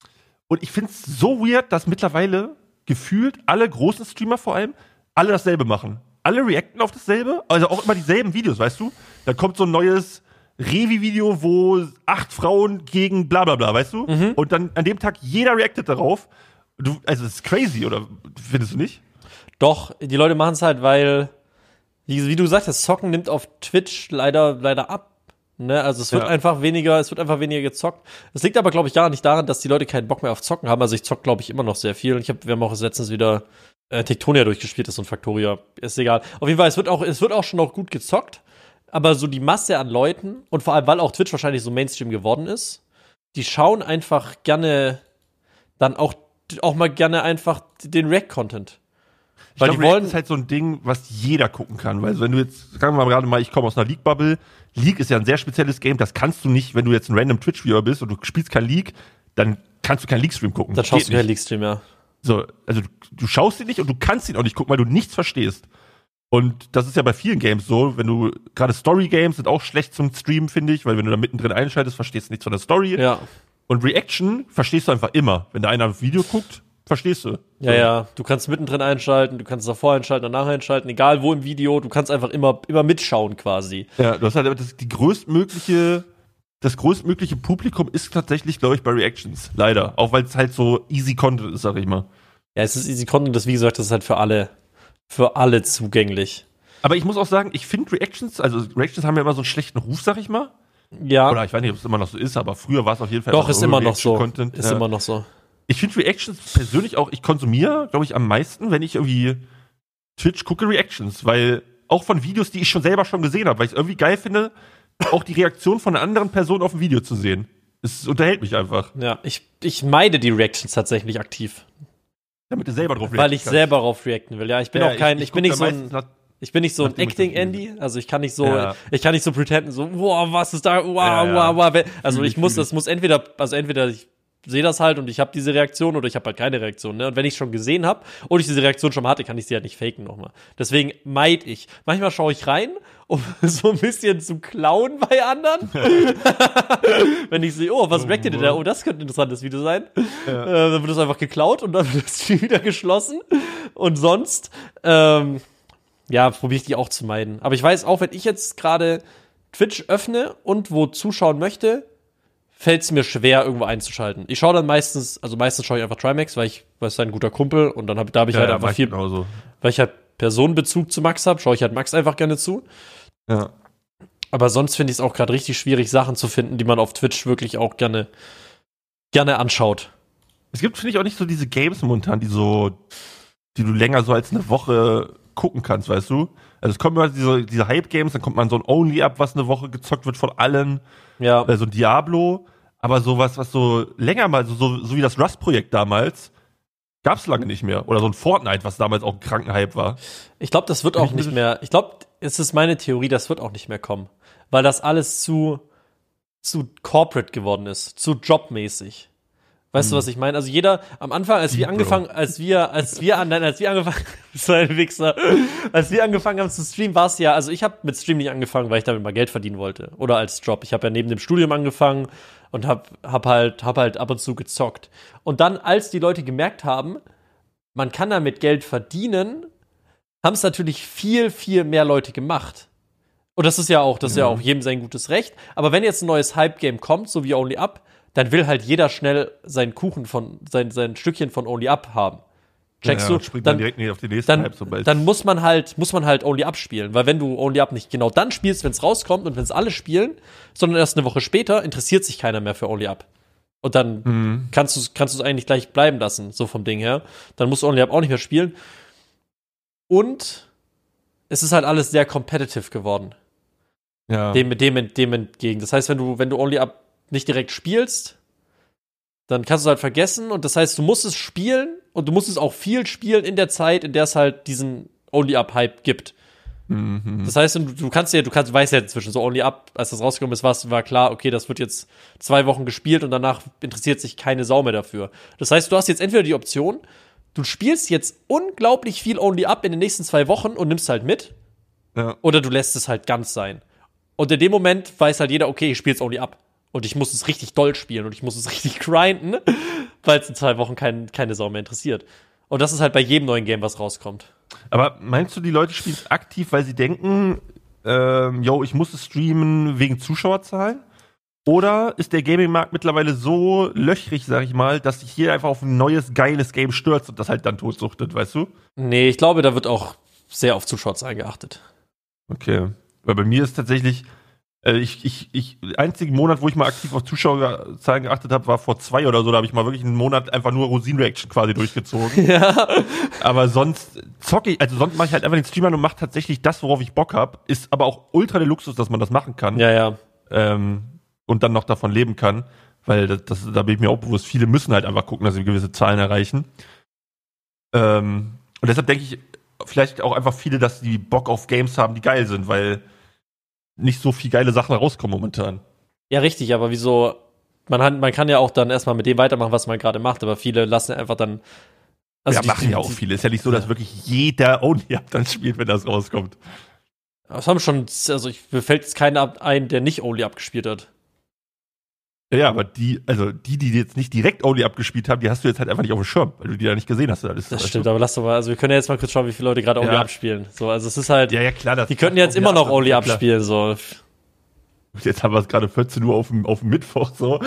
und ich finde es so weird, dass mittlerweile gefühlt alle großen Streamer vor allem alle dasselbe machen. Alle reacten auf dasselbe, also auch immer dieselben Videos, weißt du? Da kommt so ein neues Revi-Video, wo acht Frauen gegen bla bla bla, weißt du? Mhm. Und dann an dem Tag jeder reactet darauf. Du, also das ist crazy, oder findest du nicht? Doch, die Leute machen es halt, weil, wie, wie du sagst, das Zocken nimmt auf Twitch leider, leider ab. Ne? Also es wird ja. einfach weniger, es wird einfach weniger gezockt. Es liegt aber, glaube ich, gar nicht daran, dass die Leute keinen Bock mehr auf Zocken haben. Also ich zock, glaube ich, immer noch sehr viel. Und ich hab, wir haben auch letztens wieder äh, Tektonia durchgespielt, das ist so ein Factoria. Ist egal. Auf jeden Fall, es wird auch, es wird auch schon noch gut gezockt. Aber so die Masse an Leuten, und vor allem, weil auch Twitch wahrscheinlich so Mainstream geworden ist, die schauen einfach gerne dann auch, auch mal gerne einfach den React-Content. Ich glaube, React ist halt so ein Ding, was jeder gucken kann. Weil wenn du jetzt, sagen wir mal gerade mal, ich komme aus einer League-Bubble. League ist ja ein sehr spezielles Game. Das kannst du nicht, wenn du jetzt ein random Twitch-Viewer bist und du spielst kein League, dann kannst du keinen League-Stream gucken. Dann schaust du keinen League-Stream, ja. So, also du, du schaust ihn nicht und du kannst ihn auch nicht gucken, weil du nichts verstehst. Und das ist ja bei vielen Games so, wenn du, gerade Story-Games sind auch schlecht zum Streamen, finde ich, weil wenn du da mittendrin einschaltest, verstehst du nichts von der Story. Ja. Und Reaction verstehst du einfach immer. Wenn da einer ein Video guckt, verstehst du. Ja, so. Ja, du kannst mittendrin einschalten, du kannst davor einschalten, danach einschalten, egal wo im Video, du kannst einfach immer, immer mitschauen quasi. Ja, du hast halt das, die größtmögliche, das größtmögliche Publikum ist tatsächlich, glaube ich, bei Reactions. Leider. Auch weil es halt so easy Content ist, sag ich mal. Ja, es ist easy Content, das, wie gesagt, das ist halt für alle, für alle zugänglich. Aber ich muss auch sagen, ich finde Reactions, also Reactions haben ja immer so einen schlechten Ruf, sag ich mal. Ja. Oder ich weiß nicht, ob es immer noch so ist, aber früher war es auf jeden Fall. Doch, ist immer noch so. Content. Ist ja. immer noch so. Ich finde Reactions persönlich auch, ich konsumiere, glaube ich, am meisten, wenn ich irgendwie Twitch gucke, Reactions, weil auch von Videos, die ich schon selber schon gesehen habe, weil ich es irgendwie geil finde, auch die Reaktion von einer anderen Person auf ein Video zu sehen. Es unterhält mich einfach. Ja, ich, ich meide die Reactions tatsächlich aktiv. Damit du selber drauf reacten Weil ich kannst. selber drauf reacten will. Ja, ich bin ja, auch kein, ich, ich, ich bin nicht so ein, nach, ich bin nicht so ein Acting-Andy. Also ich kann nicht so, ja. ich kann nicht so pretenden, so, wow, was ist da, wow, ja, ja. wow, wow. Also ich muss, das muss entweder, also entweder ich sehe das halt und ich habe diese Reaktion oder ich habe halt keine Reaktion. Ne? Und wenn ich es schon gesehen habe und ich diese Reaktion schon mal hatte, kann ich sie halt nicht faken nochmal. Deswegen meid ich. Manchmal schaue ich rein, um so ein bisschen zu klauen bei anderen. Wenn ich sehe, oh, was reactet ihr da? Oh, das könnte ein interessantes Video sein. Ja. Äh, dann wird es einfach geklaut und dann wird es wieder geschlossen. Und sonst, ähm, ja, probiere ich die auch zu meiden. Aber ich weiß auch, wenn ich jetzt gerade Twitch öffne und wo zuschauen möchte, fällt es mir schwer, irgendwo einzuschalten. Ich schaue dann meistens, also meistens schaue ich einfach Trimax, weil ich, weil es ein guter Kumpel und dann hab, da habe ich ja, halt ja, einfach viel, genauso. Weil ich halt Personenbezug zu Max habe, schaue ich halt Max einfach gerne zu. Ja. Aber sonst finde ich es auch gerade richtig schwierig, Sachen zu finden, die man auf Twitch wirklich auch gerne, gerne anschaut. Es gibt, finde ich, auch nicht so diese Games momentan, die so, die du länger so als eine Woche gucken kannst, weißt du? Also es kommen immer diese, diese Hype-Games, dann kommt man so ein Only ab, was eine Woche gezockt wird von allen. Ja. Äh, so ein Diablo. Aber sowas, was so länger mal, so, so, so wie das Rust-Projekt damals, gab's lange nicht mehr. Oder so ein Fortnite, was damals auch ein Krankenhype war. Ich glaube, das wird auch nicht mehr, ich glaube, es ist meine Theorie, das wird auch nicht mehr kommen. Weil das alles zu, zu corporate geworden ist, zu jobmäßig. Weißt hm. du, was ich meine? Also jeder, am Anfang, als wir angefangen, als wir, als wir an, nein, als wir angefangen, so ein Wichser, als wir angefangen haben zu streamen, war es ja, also ich habe mit Stream nicht angefangen, weil ich damit mal Geld verdienen wollte. Oder als Job. Ich habe ja neben dem Studium angefangen und hab, hab halt, hab halt ab und zu gezockt. Und dann, als die Leute gemerkt haben, man kann damit Geld verdienen, haben es natürlich viel, viel mehr Leute gemacht. Und das ist ja auch, das ist ja. ja auch jedem sein gutes Recht. Aber wenn jetzt ein neues Hype-Game kommt, so wie Only Up, dann will halt jeder schnell seinen Kuchen von, sein, sein Stückchen von Only Up haben. Checkst ja, ja, du? Springt dann, dann direkt nicht auf die nächste dann, Hype, sobald dann muss man halt, muss man halt Only Up spielen. Weil wenn du Only Up nicht genau dann spielst, wenn es rauskommt und wenn es alle spielen, sondern erst eine Woche später, interessiert sich keiner mehr für Only Up. Und dann mhm. kannst du kannst du es eigentlich gleich bleiben lassen, so vom Ding her. Dann musst du Only Up auch nicht mehr spielen. Und es ist halt alles sehr competitive geworden. Ja. Dem, dem, dem entgegen. Das heißt, wenn du, wenn du Only Up nicht direkt spielst, dann kannst du es halt vergessen. Und das heißt, du musst es spielen und du musst es auch viel spielen in der Zeit, in der es halt diesen Only-Up-Hype gibt. Mhm. Das heißt, du, du kannst ja, du kannst, du weißt ja inzwischen so Only-Up, als das rausgekommen ist, war, war klar, okay, das wird jetzt zwei Wochen gespielt und danach interessiert sich keine Sau mehr dafür. Das heißt, du hast jetzt entweder die Option, du spielst jetzt unglaublich viel Only-Up in den nächsten zwei Wochen und nimmst halt mit, Ja. oder du lässt es halt ganz sein. Und in dem Moment weiß halt jeder, okay, ich spiele jetzt Only-Up. Und ich muss es richtig doll spielen und ich muss es richtig grinden, weil es in zwei Wochen kein, keine Sau mehr interessiert. Und das ist halt bei jedem neuen Game, was rauskommt. Aber meinst du, die Leute spielen es aktiv, weil sie denken, ähm, yo, ich muss es streamen wegen Zuschauerzahlen? Oder ist der Gaming-Markt mittlerweile so löchrig, sag ich mal, dass sich hier einfach auf ein neues, geiles Game stürzt und das halt dann totsuchtet, weißt du? Nee, ich glaube, da wird auch sehr auf Zuschauerzahlen geachtet. Okay. Weil bei mir ist tatsächlich, äh, ich, ich, ich, der einzige Monat, wo ich mal aktiv auf Zuschauerzahlen geachtet habe, war vor zwei oder so. Da habe ich mal wirklich einen Monat einfach nur Rosin-Reaction quasi durchgezogen. Ja. Aber sonst zocke ich, also sonst mache ich halt einfach den Stream an und mache tatsächlich das, worauf ich Bock habe. Ist aber auch ultra der Luxus, dass man das machen kann. Ja, ja. Ähm, und dann noch davon leben kann. Weil das, das, da bin ich mir auch bewusst, viele müssen halt einfach gucken, dass sie gewisse Zahlen erreichen. Ähm, und deshalb denke ich, vielleicht auch einfach viele, dass die Bock auf Games haben, die geil sind, weil nicht so viel geile Sachen rauskommen momentan. Ja, richtig, aber wieso, man, hat, man kann ja auch dann erstmal mit dem weitermachen, was man gerade macht, aber viele lassen einfach dann. Also ja, die, machen ja auch die, viele. Ist ja nicht so, dass wirklich jeder Only-Up dann spielt, wenn das rauskommt. Das haben schon, also ich, mir fällt jetzt keiner ein, der nicht Only-Up gespielt hat. Ja, aber die, also die, die jetzt nicht direkt Only-Up gespielt haben, die hast du jetzt halt einfach nicht auf dem Schirm, weil du die ja nicht gesehen hast. Das, das stimmt, du? aber lass doch mal, also wir können ja jetzt mal kurz schauen, wie viele Leute gerade Only-Up ja. spielen. So, also es ist halt, ja, ja, klar, das die könnten jetzt immer noch Only-Up ja, spielen, so. Jetzt haben wir es gerade vierzehn Uhr auf dem, auf dem Mittwoch, so.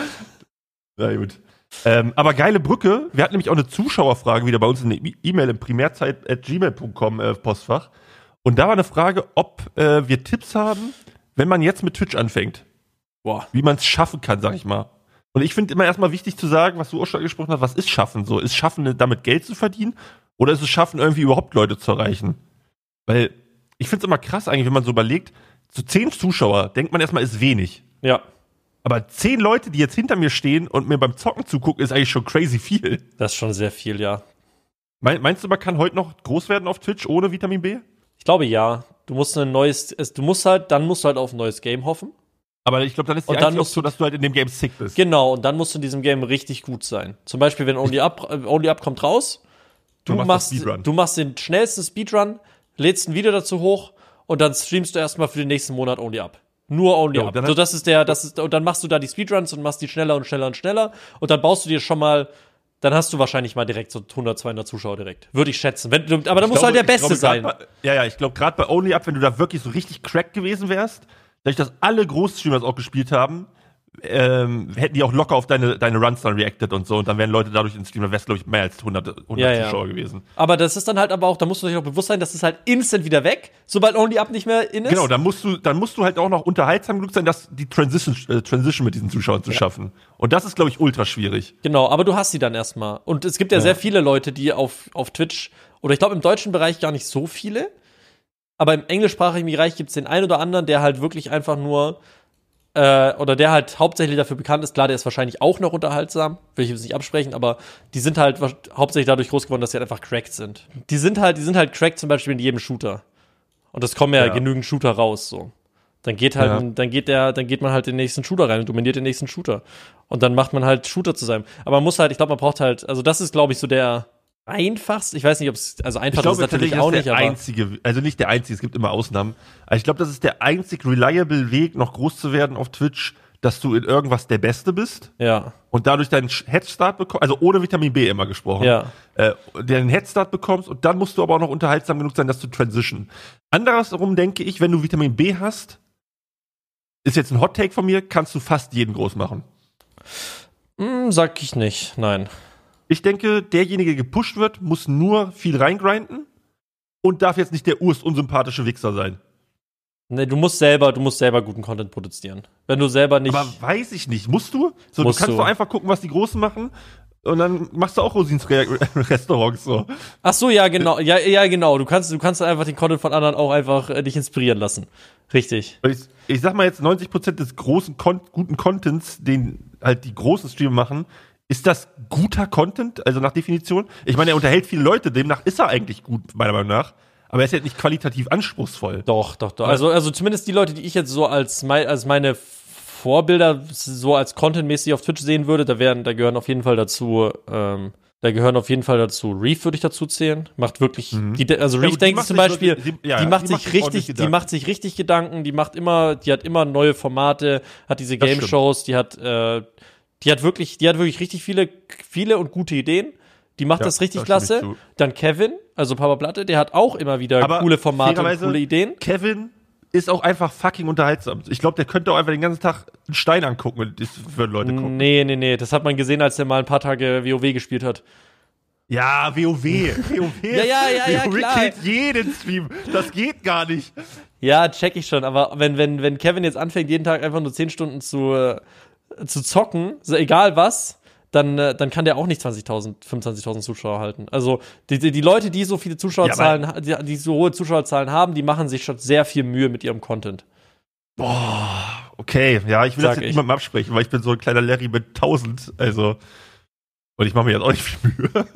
Na gut. Ähm, aber geile Brücke. Wir hatten nämlich auch eine Zuschauerfrage wieder bei uns in der E-Mail im primärzeit at gmail punkt com äh, Postfach. Und da war eine Frage, ob äh, wir Tipps haben, wenn man jetzt mit Twitch anfängt. Boah. Wie man es schaffen kann, sag ich mal. Und ich finde immer erstmal wichtig zu sagen, was du auch schon angesprochen hast, was ist Schaffen so? Ist Schaffen, damit Geld zu verdienen? Oder ist es Schaffen, irgendwie überhaupt Leute zu erreichen? Weil ich finde es immer krass eigentlich, wenn man so überlegt, so zehn Zuschauer, denkt man erstmal, ist wenig. Ja. Aber zehn Leute, die jetzt hinter mir stehen und mir beim Zocken zugucken, ist eigentlich schon crazy viel. Das ist schon sehr viel, ja. Meinst du, man kann heute noch groß werden auf Twitch ohne Vitamin B? Ich glaube, ja. Du musst ein neues, du musst halt, dann musst du halt auf ein neues Game hoffen. Aber ich glaube, dann ist die und dann einzige musst Option, dass du halt in dem Game sick bist. Genau, und dann musst du in diesem Game richtig gut sein. Zum Beispiel, wenn Only Up, äh, Only Up kommt raus, du, du machst, machst du machst den schnellsten Speedrun, lädst ein Video dazu hoch und dann streamst du erstmal für den nächsten Monat Only Up. Nur Only jo, Up. So, das ist der, das ist, und dann machst du da die Speedruns und machst die schneller und schneller und schneller und dann baust du dir schon mal, dann hast du wahrscheinlich mal direkt so hundert, zweihundert Zuschauer direkt. Würde ich schätzen. Wenn, du, aber dann musst du halt der Beste glaube, sein. Bei, ja, ja, ich glaube, gerade bei Only Up, wenn du da wirklich so richtig crack gewesen wärst, dadurch, dass alle Großstreamers auch gespielt haben, ähm, hätten die auch locker auf deine, deine Runs dann reacted und so. Und dann wären Leute dadurch in Stream, da wär's, glaube ich, mehr als hundert, hundert ja, ja. Zuschauer gewesen. Aber das ist dann halt aber auch, da musst du dich auch bewusst sein, das ist halt instant wieder weg, sobald Only Up nicht mehr in ist. Genau, dann musst du, dann musst du halt auch noch unterhaltsam genug sein, dass die Transition, äh, Transition mit diesen Zuschauern zu ja. schaffen. Und das ist, glaube ich, ultra schwierig. Genau, aber du hast sie dann erstmal. Und es gibt ja, ja. sehr viele Leute, die auf, auf Twitch, oder ich glaube im deutschen Bereich gar nicht so viele, aber im englischsprachigen Bereich gibt es den einen oder anderen, der halt wirklich einfach nur Äh, oder der halt hauptsächlich dafür bekannt ist, klar, der ist wahrscheinlich auch noch unterhaltsam, will ich jetzt nicht absprechen, aber die sind halt hauptsächlich dadurch groß geworden, dass sie halt einfach cracked sind. Die sind halt, die sind halt cracked zum Beispiel in jedem Shooter. Und es kommen ja, ja genügend Shooter raus, so. Dann geht halt, ja. dann geht der, dann geht man halt den nächsten Shooter rein und dominiert den nächsten Shooter. Und dann macht man halt Shooter zu sein. Aber man muss halt, ich glaube, man braucht halt, also das ist, glaube ich, so der einfachste, ich weiß nicht, ob es, also einfach ich glaub, ist natürlich auch nicht, der aber einzige, also nicht der einzige, es gibt immer Ausnahmen. Aber ich glaube, das ist der einzig reliable Weg, noch groß zu werden auf Twitch, dass du in irgendwas der Beste bist. Ja. Und dadurch deinen Headstart bekommst, also ohne Vitamin B immer gesprochen. Ja. Äh, den Headstart bekommst und dann musst du aber auch noch unterhaltsam genug sein, dass du transition. Andersherum denke ich, wenn du Vitamin B hast, ist jetzt ein Hot Take von mir, kannst du fast jeden groß machen. Mm, sag ich nicht, nein. Ich denke, derjenige, der gepusht wird, muss nur viel reingrinden und darf jetzt nicht der urst unsympathische Wichser sein. Nee, du musst selber, du musst selber guten Content produzieren. Wenn du selber nicht. Aber weiß ich nicht, musst du? So, musst du kannst du. doch einfach gucken, was die Großen machen Und dann machst du auch Rosins Re- Restaurants so. Ach so, ja, genau. Ja, ja, genau. Du kannst, du kannst einfach den Content von anderen auch einfach äh, dich inspirieren lassen. Richtig. Ich, ich sag mal jetzt, neunzig Prozent des großen, Kon- guten Contents, den halt die großen Streamer machen, ist das guter Content? Also nach Definition? Ich meine, er unterhält viele Leute, demnach ist er eigentlich gut, meiner Meinung nach. Aber er ist halt nicht qualitativ anspruchsvoll. Doch, doch, doch. Also, also zumindest die Leute, die ich jetzt so als, mein, als meine Vorbilder so als contentmäßig auf Twitch sehen würde, da werden, da gehören auf jeden Fall dazu, ähm, da gehören auf jeden Fall dazu, Reef würde ich dazu zählen, macht wirklich, mhm. die, also Reef ja, denkt sich zum Beispiel, wirklich, die, ja, die macht die sich macht richtig, die macht sich richtig Gedanken, die macht immer, die hat immer neue Formate, hat diese Game-Shows, die hat, äh, die hat wirklich, die hat wirklich richtig viele, viele und gute Ideen. Die macht ja, das richtig das klasse. Dann Kevin, also Papa Platte, der hat auch immer wieder aber coole Formate und coole Ideen. Kevin ist auch einfach fucking unterhaltsam. Ich glaube, der könnte auch einfach den ganzen Tag einen Stein angucken und das würden Leute gucken. Nee, nee, nee. Das hat man gesehen, als der mal ein paar Tage WoW gespielt hat. Ja, WoW. WoW. ja, ja, ja, ja, WoW klar. killt jeden Stream. Das geht gar nicht. Ja, check ich schon. Aber wenn, wenn, wenn Kevin jetzt anfängt, jeden Tag einfach nur zehn Stunden zu, äh, zu zocken, so egal was, dann, äh, dann kann der auch nicht zwanzigtausend, fünfundzwanzigtausend Zuschauer halten. Also die, die, die Leute, die so viele Zuschauerzahlen, ja, die, die so hohe Zuschauerzahlen haben, die machen sich schon sehr viel Mühe mit ihrem Content. Boah, okay. Ja, ich will Sag das jetzt niemandem absprechen, weil ich bin so ein kleiner Larry mit tausend, also und ich mache mir jetzt auch nicht viel Mühe.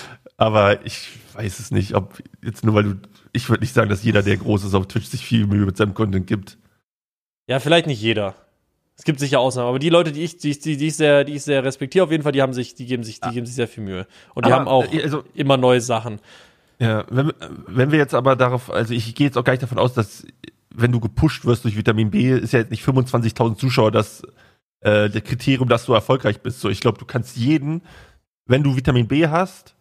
Aber ich weiß es nicht, ob jetzt nur weil du, ich würde nicht sagen, dass jeder, der groß ist auf Twitch, sich viel Mühe mit seinem Content gibt. Ja, vielleicht nicht jeder. Es gibt sicher Ausnahmen, aber die Leute, die ich, die, die, die ich sehr, die ich sehr respektiere, auf jeden Fall, die haben sich, die geben sich, die ah. geben sich sehr viel Mühe. Und die aber, haben auch also, immer neue Sachen. Ja, wenn, wenn wir jetzt aber darauf, also ich gehe jetzt auch gar nicht davon aus, dass, wenn du gepusht wirst durch Vitamin B, ist ja jetzt nicht fünfundzwanzigtausend Zuschauer das, äh, der Kriterium, dass du erfolgreich bist. So, ich glaube, du kannst jeden, wenn du Vitamin B hast,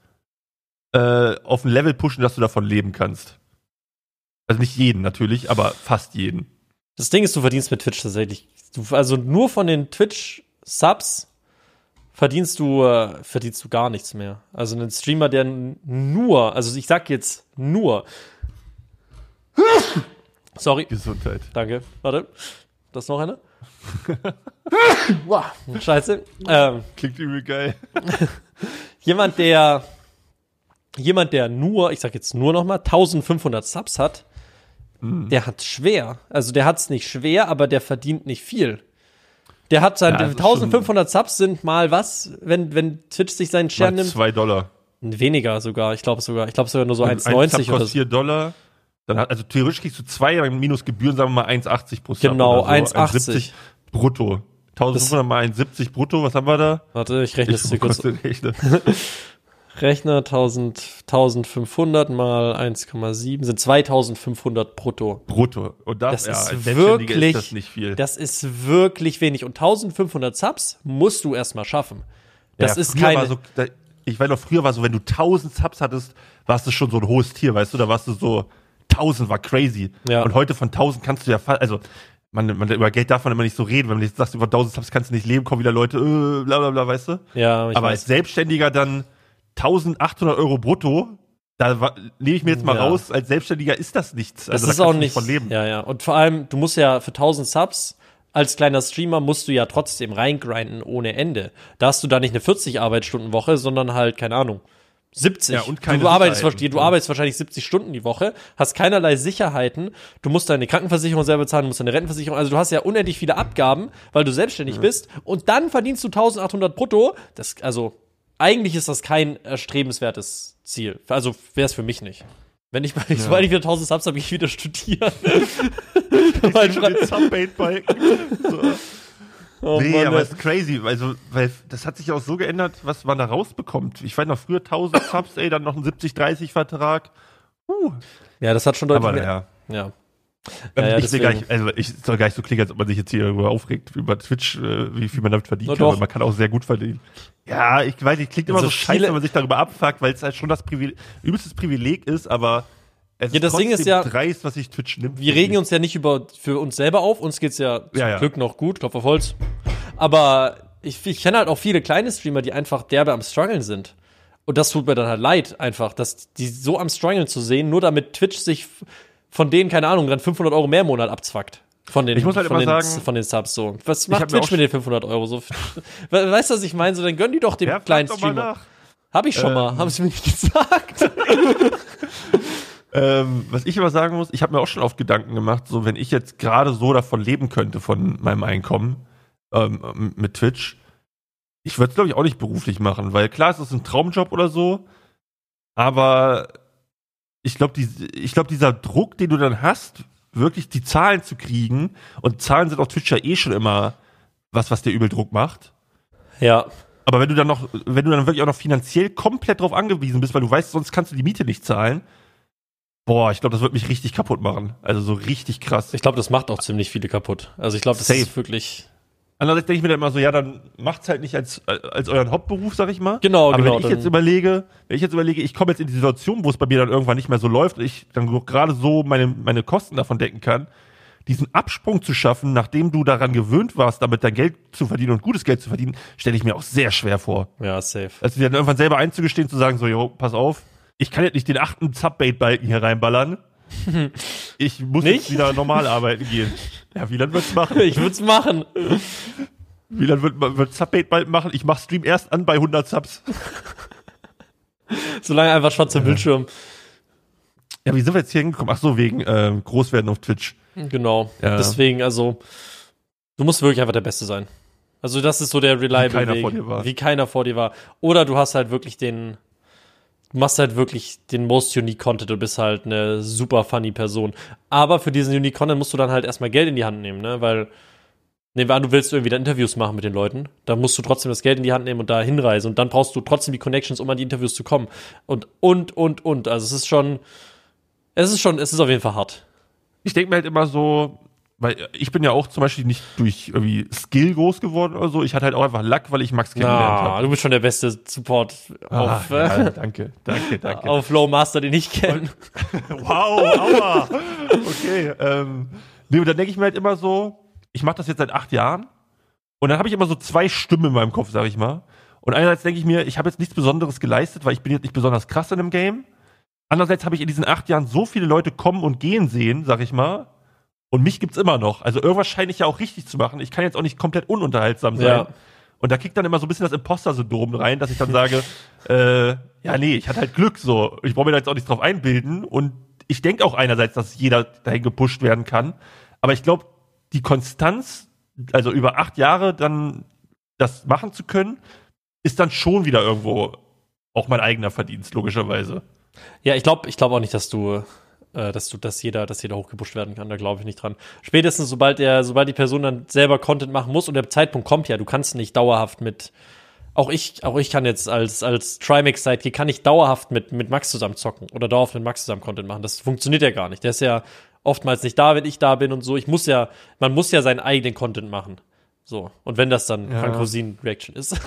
äh, auf ein Level pushen, dass du davon leben kannst. Also nicht jeden natürlich, aber fast jeden. Das Ding ist, du verdienst mit Twitch tatsächlich. Du, also nur von den Twitch-Subs verdienst du, äh, verdienst du gar nichts mehr. Also ein Streamer, der nur, also ich sag jetzt nur. Sorry. Gesundheit. Danke. Warte. Das ist noch eine? Wow. Scheiße. Ähm, Klingt übel geil. Jemand, der jemand, der nur, ich sag jetzt nur noch mal, eintausendfünfhundert Subs hat, der hat's schwer. Also der hat's nicht schwer, aber der verdient nicht viel. Der hat sein, ja, eintausendfünfhundert Subs sind mal was, wenn, wenn Twitch sich seinen Share nimmt. zwei Dollar. Weniger sogar. Ich glaube sogar, ich glaube sogar nur so eins neunzig oder so. vier Dollar. Dann hat, also theoretisch kriegst du zwei minus Gebühren, sagen wir mal eins achtzig pro Sub. Genau, so. eins achtzig. Brutto. eintausendfünfhundert mal eins siebzig brutto, was haben wir da? Warte, ich rechne es dir kurz. Rechner eintausendfünfhundert mal eins Komma sieben sind zweitausendfünfhundert brutto. Brutto. Und das, das ja, ist als wirklich, ist das nicht viel. Das ist wirklich wenig. Und eintausendfünfhundert Subs musst du erstmal schaffen. Das ja, ist keine. So, da, ich weiß noch, früher war so, wenn du tausend Subs hattest, warst du schon so ein hohes Tier, weißt du? Da warst du so, tausend war crazy. Ja. Und heute von tausend kannst du ja, also, man, man, über Geld darf man immer nicht so reden. Wenn man jetzt sagt, über tausend Subs kannst du nicht leben, kommen wieder Leute, äh, bla, bla, bla, weißt du? Ja, ich Aber weiß. als Selbstständiger dann eintausendachthundert Euro brutto, da nehme ich mir jetzt mal ja. raus, als Selbstständiger ist das nichts. Also das ist auch nicht von leben. Ja, ja. Und vor allem, du musst ja für tausend Subs als kleiner Streamer musst du ja trotzdem reingrinden ohne Ende. Da hast du da nicht eine vierzig Arbeitsstunden Woche, sondern halt, keine Ahnung, siebzig. Ja, und keine du, arbeitest, du arbeitest wahrscheinlich siebzig Stunden die Woche, hast keinerlei Sicherheiten, du musst deine Krankenversicherung selber zahlen, du musst deine Rentenversicherung, also du hast ja unendlich viele Abgaben, weil du selbstständig ja. bist und dann verdienst du eintausendachthundert brutto. Das, also, eigentlich ist das kein erstrebenswertes Ziel. Also wäre es für mich nicht. Wenn ich, ja. sobald ich wieder tausend Subs habe, ich wieder studieren. Weil schon den Subbait-Balken. So. Oh, nee, Mann, aber es ist crazy, also, weil das hat sich auch so geändert, was man da rausbekommt. Ich weiß noch, früher tausend Subs, ey, dann noch ein siebzig dreißig Vertrag. Uh. Ja, das hat schon deutlich aber, mehr. Ja. ja. Ja, ja, ich, will gar deswegen. nicht, also ich soll gar nicht so klingen, als ob man sich jetzt hier irgendwo aufregt über Twitch, äh, wie viel man damit verdienen Na kann, doch. aber man kann auch sehr gut verdienen. Ja, ich weiß nicht, klingt immer Also so scheiße, wenn man sich darüber abfuckt, weil es halt schon das Privileg, übelstes Privileg ist, aber es Ja, ist das Ding trotzdem ist ja, dreist, was sich Twitch nimmt. Wir regen uns ja nicht über für uns selber auf, uns geht's ja zum Ja, ja. Glück noch gut, Klopf auf Holz. Aber ich, ich kenne halt auch viele kleine Streamer, die einfach derbe am struggeln sind. Und das tut mir dann halt leid, einfach, dass die so am struggeln zu sehen, nur damit Twitch sich von denen, keine Ahnung, dann fünfhundert Euro mehr im Monat abzwackt. Von den, ich muss halt von immer den, sagen, von den Subs so. Was ich macht hab mir Twitch auch mit den fünfhundert Euro so? Weißt du, was ich meine? So, dann gönn die doch dem ja, kleinen frag doch mal Streamer. nach. Hab ich schon Ähm. mal, haben sie mir nicht gesagt. Ähm, was ich immer sagen muss, ich habe mir auch schon oft Gedanken gemacht, so wenn ich jetzt gerade so davon leben könnte, von meinem Einkommen ähm, mit Twitch, ich würde es, glaube ich, auch nicht beruflich machen, weil klar, es ist ein Traumjob oder so, aber ich glaube, die, ich glaub, dieser Druck, den du dann hast, wirklich die Zahlen zu kriegen, und Zahlen sind auf Twitch ja eh schon immer was, was dir übel Druck macht. Ja. Aber wenn du dann noch, wenn du dann wirklich auch noch finanziell komplett drauf angewiesen bist, weil du weißt, sonst kannst du die Miete nicht zahlen, boah, ich glaube, das wird mich richtig kaputt machen. Also so richtig krass. Ich glaube, das macht auch ziemlich viele kaputt. Also ich glaube, das Safe. ist wirklich. Andererseits denke ich mir dann immer so, ja, dann macht's halt nicht als, als euren Hauptberuf, sag ich mal. Genau, Aber genau. wenn ich jetzt überlege, wenn ich jetzt überlege, ich komme jetzt in die Situation, wo es bei mir dann irgendwann nicht mehr so läuft und ich dann gerade so meine, meine Kosten davon decken kann, diesen Absprung zu schaffen, nachdem du daran gewöhnt warst, damit dein Geld zu verdienen und gutes Geld zu verdienen, stelle ich mir auch sehr schwer vor. Ja, safe. Also dir dann irgendwann selber einzugestehen, zu sagen, so, jo, pass auf, ich kann jetzt nicht den achten Subbait-Balken hier reinballern. Ich muss Nicht? jetzt wieder normal arbeiten gehen. Ja, Wieland wird's machen. Ich würde es machen. Wieland wird, wird Subbait bald machen. Ich mach Stream erst an bei hundert Subs. Solange einfach schwarzer Bildschirm. Ja, wie sind wir jetzt hier hingekommen? Ach so, wegen äh, Großwerden auf Twitch. Genau. Ja. Deswegen, also, du musst wirklich einfach der Beste sein. Also, das ist so der reliable Wie keiner Weg. vor dir war. Wie keiner vor dir war. Oder du hast halt wirklich den, du machst halt wirklich den most unique Content. Du bist halt eine super funny Person. Aber für diesen unique Content musst du dann halt erstmal Geld in die Hand nehmen, ne? Weil, nehmen wir an, du willst irgendwie dann Interviews machen mit den Leuten. Dann musst du trotzdem das Geld in die Hand nehmen und da hinreisen. Und dann brauchst du trotzdem die Connections, um an die Interviews zu kommen. Und, und, und, und. Also, es ist schon, es ist schon, es ist auf jeden Fall hart. Ich denke mir halt immer so, weil ich bin ja auch zum Beispiel nicht durch irgendwie Skill groß geworden oder so. Ich hatte halt auch einfach Luck, weil ich Max kennengelernt Ah, habe. du bist schon der beste Support Ah, auf, ja, äh, danke, danke, danke. auf Low Master, den ich kenne. Wow, aua. Okay. Ähm, nee, und dann denke ich mir halt immer so, ich mache das jetzt seit acht Jahren und dann habe ich immer so zwei Stimmen in meinem Kopf, sag ich mal. Und einerseits denke ich mir, ich habe jetzt nichts Besonderes geleistet, weil ich bin jetzt nicht besonders krass in dem Game. Andererseits habe ich in diesen acht Jahren so viele Leute kommen und gehen sehen, sag ich mal. Und mich gibt's immer noch. Also irgendwas scheine ich ja auch richtig zu machen. Ich kann jetzt auch nicht komplett ununterhaltsam sein. Ja. Und da kriegt dann immer so ein bisschen das Imposter-Syndrom rein, dass ich dann sage, äh, ja, nee, ich hatte halt Glück so. Ich brauche mir da jetzt auch nichts drauf einbilden. Und ich denke auch einerseits, dass jeder dahin gepusht werden kann. Aber ich glaube, die Konstanz, also über acht Jahre dann das machen zu können, ist dann schon wieder irgendwo auch mein eigener Verdienst, logischerweise. Ja, ich glaube ich glaub auch nicht, dass du, äh, dass du, dass jeder, dass jeder hochgepusht werden kann. Da glaube ich nicht dran. Spätestens, sobald der, sobald die Person dann selber Content machen muss und der Zeitpunkt kommt ja, du kannst nicht dauerhaft mit, auch ich, auch ich kann jetzt als, als Trimax-Sidekick kann ich dauerhaft mit, mit Max zusammen zocken oder dauerhaft mit Max zusammen Content machen. Das funktioniert ja gar nicht. Der ist ja oftmals nicht da, wenn ich da bin und so. Ich muss ja, man muss ja seinen eigenen Content machen. So. Und wenn das dann Ja. Frank Rosin Reaction ist.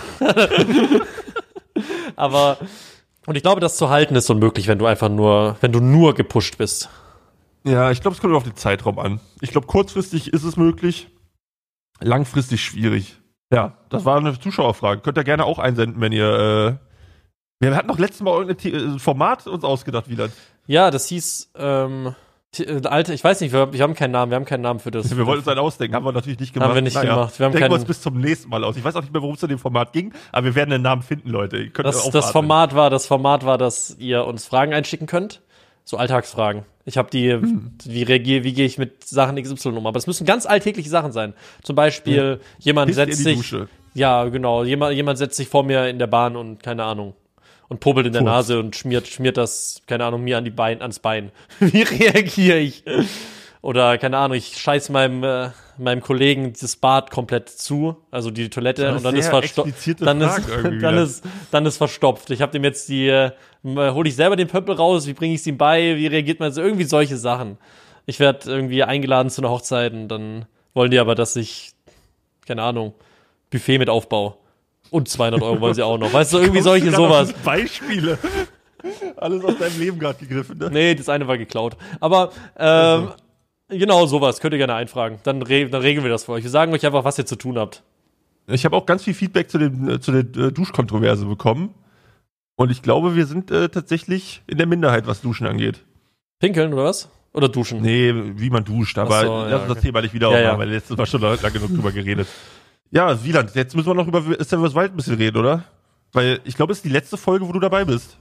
Aber, und ich glaube, das zu halten ist unmöglich, wenn du einfach nur, wenn du nur gepusht bist. Ja, ich glaube, es kommt auf den Zeitraum an. Ich glaube, kurzfristig ist es möglich, langfristig schwierig. Ja, das war eine Zuschauerfrage. Könnt ihr gerne auch einsenden, wenn ihr. Äh wir hatten doch letztes Mal irgendein The- äh, Format uns ausgedacht, Wieland. Ja, das hieß, ähm, t- äh, Alter, ich weiß nicht, wir, wir haben keinen Namen, wir haben keinen Namen für das. Wir wollten uns einen ausdenken, haben wir natürlich nicht gemacht. Haben wir nicht gemacht. Wir haben Denken wir keinen- uns bis zum nächsten Mal aus. Ich weiß auch nicht mehr, worum es in dem Format ging, aber wir werden einen Namen finden, Leute. Ihr könnt Das, auch das warten. Format war, das Format war, dass ihr uns Fragen einschicken könnt. So Alltagsfragen. Ich habe die, Hm. wie reagiere, wie gehe ich mit Sachen X Y um? Aber es müssen ganz alltägliche Sachen sein. Zum Beispiel, jemand Pisst ihr setzt in die sich, Dusche? ja, genau, jemand, jemand setzt sich vor mir in der Bahn und keine Ahnung. Und popelt in der Furzt. Nase und schmiert, schmiert das, keine Ahnung, mir an die Bein, ans Bein. Wie reagiere ich? Oder, keine Ahnung, ich scheiß meinem, äh, meinem Kollegen das Bad komplett zu, also die Toilette, Das und dann ist ist sehr verstopft. explizite Dann ist, Fragen irgendwie dann wieder. ist, dann ist verstopft. Ich habe dem jetzt die, äh, hole ich selber den Pöppel raus, wie bringe ich es ihm bei, wie reagiert man so, irgendwie solche Sachen. Ich werde irgendwie eingeladen zu einer Hochzeit und dann wollen die aber, dass ich, keine Ahnung, Buffet mit Aufbau. Und zweihundert Euro wollen sie auch noch. Weißt du, irgendwie Kommst solche du grad auf sowas. das Beispiele. Alles aus deinem Leben gerade gegriffen, ne? Nee, das eine war geklaut. Aber, ähm, genau sowas. Könnt ihr gerne einfragen. Dann, re dann regeln wir das für euch. Wir sagen euch einfach, was ihr zu tun habt. Ich habe auch ganz viel Feedback zu, dem, äh, zu der äh, Duschkontroverse bekommen. Und ich glaube, wir sind äh, tatsächlich in der Minderheit, was Duschen angeht. Pinkeln, oder was? Oder duschen? Nee, wie man duscht, aber Ach so, lass ja, uns das okay. Thema nicht wieder Ja, aufmachen, ja. weil letztes Mal schon lange genug drüber geredet. Ja, Wieland, jetzt müssen wir noch über Seven vs. Wild ein bisschen reden, oder? Weil ich glaube, es ist die letzte Folge, wo du dabei bist.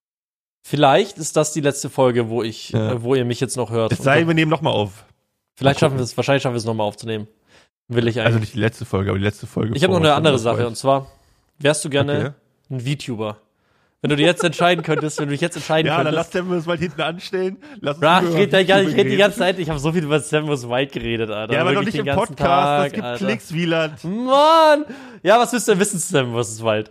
Vielleicht ist das die letzte Folge, wo ich, Ja. äh, wo ihr mich jetzt noch hört. Es sei, denn, wir nehmen nochmal auf. Vielleicht mal schaffen gucken. wir es, wahrscheinlich schaffen wir es nochmal aufzunehmen. Will ich eigentlich. Also nicht die letzte Folge, aber die letzte Folge. Ich habe noch vor eine andere Seven vs. Sache, Wild. und zwar, wärst du gerne Okay. ein VTuber? Wenn du dir jetzt entscheiden könntest, wenn du dich jetzt entscheiden Ja, dann lass könntest. Seven vs. Wild hinten anstellen. Lass uns Ach, über ich rede ich YouTube red die ganze reden. Zeit, ich habe so viel über Seven vs. Wild geredet, Alter. Ja, aber noch Wirklich nicht den im ganzen Podcast, Tag, das gibt Alter. Klicks, Wieland. Mann! Ja, was willst du denn wissen zu Seven vs. Wild?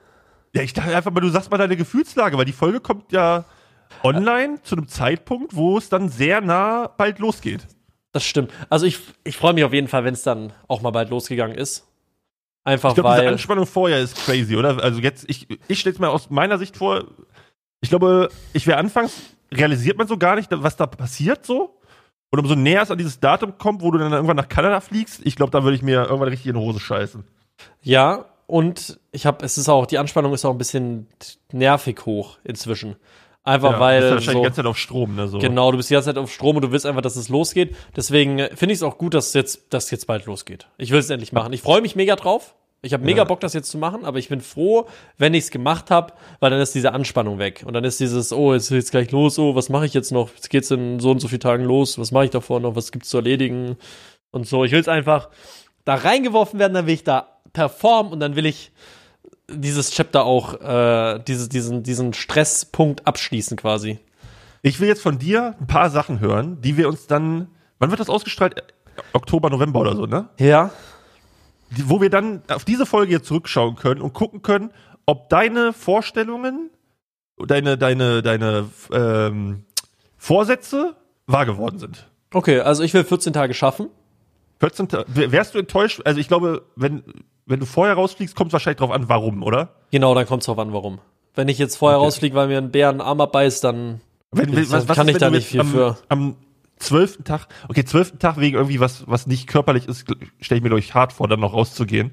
Ja, ich dachte einfach mal, du sagst mal deine Gefühlslage, weil die Folge kommt ja online zu einem Zeitpunkt, wo es dann sehr nah bald losgeht. Das stimmt. Also ich, ich freue mich auf jeden Fall, wenn es dann auch mal bald losgegangen ist. Einfach Ich glaube, diese weil. Anspannung vorher ist crazy, oder? Also jetzt, ich, ich stelle es mir aus meiner Sicht vor, ich glaube, ich wäre anfangs, realisiert man so gar nicht, was da passiert so. Und umso näher es an dieses Datum kommt, wo du dann irgendwann nach Kanada fliegst, ich glaube, da würde ich mir irgendwann richtig in die Hose scheißen. Ja, und ich habe, es ist auch, die Anspannung ist auch ein bisschen nervig hoch inzwischen. Einfach Ja, weil. du bist ja wahrscheinlich so, die ganze Zeit auf Strom, ne? So. Genau, du bist die ganze Zeit auf Strom und du willst einfach, dass es losgeht. Deswegen äh, finde ich es auch gut, dass jetzt, dass jetzt bald losgeht. Ich will es endlich machen. Ich freue mich mega drauf. Ich habe mega Ja. Bock, das jetzt zu machen, aber ich bin froh, wenn ich es gemacht habe, weil dann ist diese Anspannung weg. Und dann ist dieses, oh, jetzt geht's gleich los, oh, was mache ich jetzt noch? Jetzt geht's in so und so vielen Tagen los, was mache ich davor noch, was gibt's zu erledigen und so. Ich will es einfach da reingeworfen werden, dann will ich da performen und dann will ich dieses Chapter auch, äh, diese, diesen, diesen Stresspunkt abschließen quasi. Ich will jetzt von dir ein paar Sachen hören, die wir uns dann, wann wird das ausgestrahlt? Oktober, November oder so, ne? Ja. Die, wo wir dann auf diese Folge jetzt zurückschauen können und gucken können, ob deine Vorstellungen, deine, deine, deine ähm, Vorsätze wahr geworden sind. Okay, also ich will vierzehn Tage schaffen. vierzehn Ta- wärst du enttäuscht? Also ich glaube, wenn, wenn du vorher rausfliegst, kommt es wahrscheinlich drauf an, warum, oder? Genau, dann kommt es drauf an, warum. Wenn ich jetzt vorher Okay. rausfliege, weil mir ein Bär einen Arm abbeißt, dann Wenn, Jetzt was, was kann ist, ich wenn da du nicht jetzt viel am, für. Am zwölften Tag, okay, zwölften Tag wegen irgendwie was, was nicht körperlich ist, stelle ich mir durch hart vor, dann noch rauszugehen.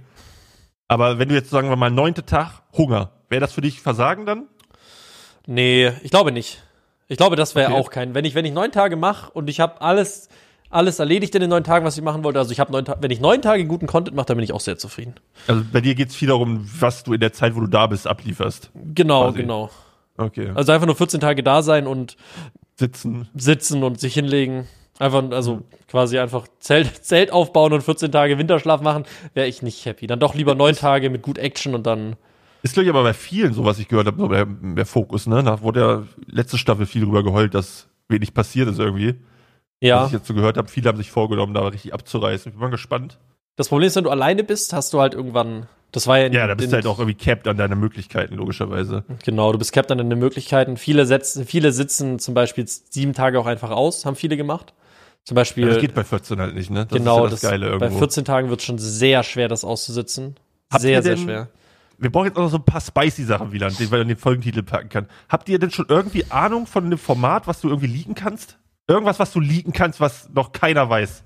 Aber wenn du jetzt, sagen wir mal, neunte Tag, Hunger, wäre das für dich Versagen dann? nee, ich glaube nicht. Ich glaube, das wäre Okay. auch kein. Wenn ich, wenn ich neun Tage mache und ich habe alles, alles erledigt in den neun Tagen, was ich machen wollte, also ich habe neun Tage, wenn ich neun Tage guten Content mache, dann bin ich auch sehr zufrieden. Also bei dir geht es viel darum, was du in der Zeit, wo du da bist, ablieferst. Genau, Quasi. genau. Okay. Also einfach nur vierzehn Tage da sein und Sitzen. sitzen und sich hinlegen. Einfach, also quasi einfach Zelt, Zelt aufbauen und vierzehn Tage Winterschlaf machen, wäre ich nicht happy. Dann doch lieber neun Tage mit gut Action und dann. Ist, glaube ich, aber bei vielen, so was ich gehört habe, so der, der Fokus, ne? Da wurde ja letzte Staffel viel drüber geheult, dass wenig passiert ist irgendwie. Was Ja. ich jetzt so gehört habe, viele haben sich vorgenommen, da richtig abzureißen. Ich bin mal gespannt. Das Problem ist, wenn du alleine bist, hast du halt irgendwann. Das war ja in, Ja, da bist in, du halt auch irgendwie capped an deine Möglichkeiten, logischerweise. Genau, du bist capped an deine Möglichkeiten. Viele, setzen, viele sitzen zum Beispiel sieben Tage auch einfach aus, haben viele gemacht. Zum Beispiel. Ja, das geht bei vierzehn halt nicht, ne? Das genau, ist ja das, das, Geile bei irgendwo. vierzehn Tagen wird es schon sehr schwer, das auszusitzen. Habt sehr, ihr sehr denn- schwer. Wir brauchen jetzt auch noch so ein paar spicy Sachen, Wieland, die wir in den Folgentitel packen kann. Habt ihr denn schon irgendwie Ahnung von dem Format, was du irgendwie leaken kannst? Irgendwas, was du leaken kannst, was noch keiner weiß?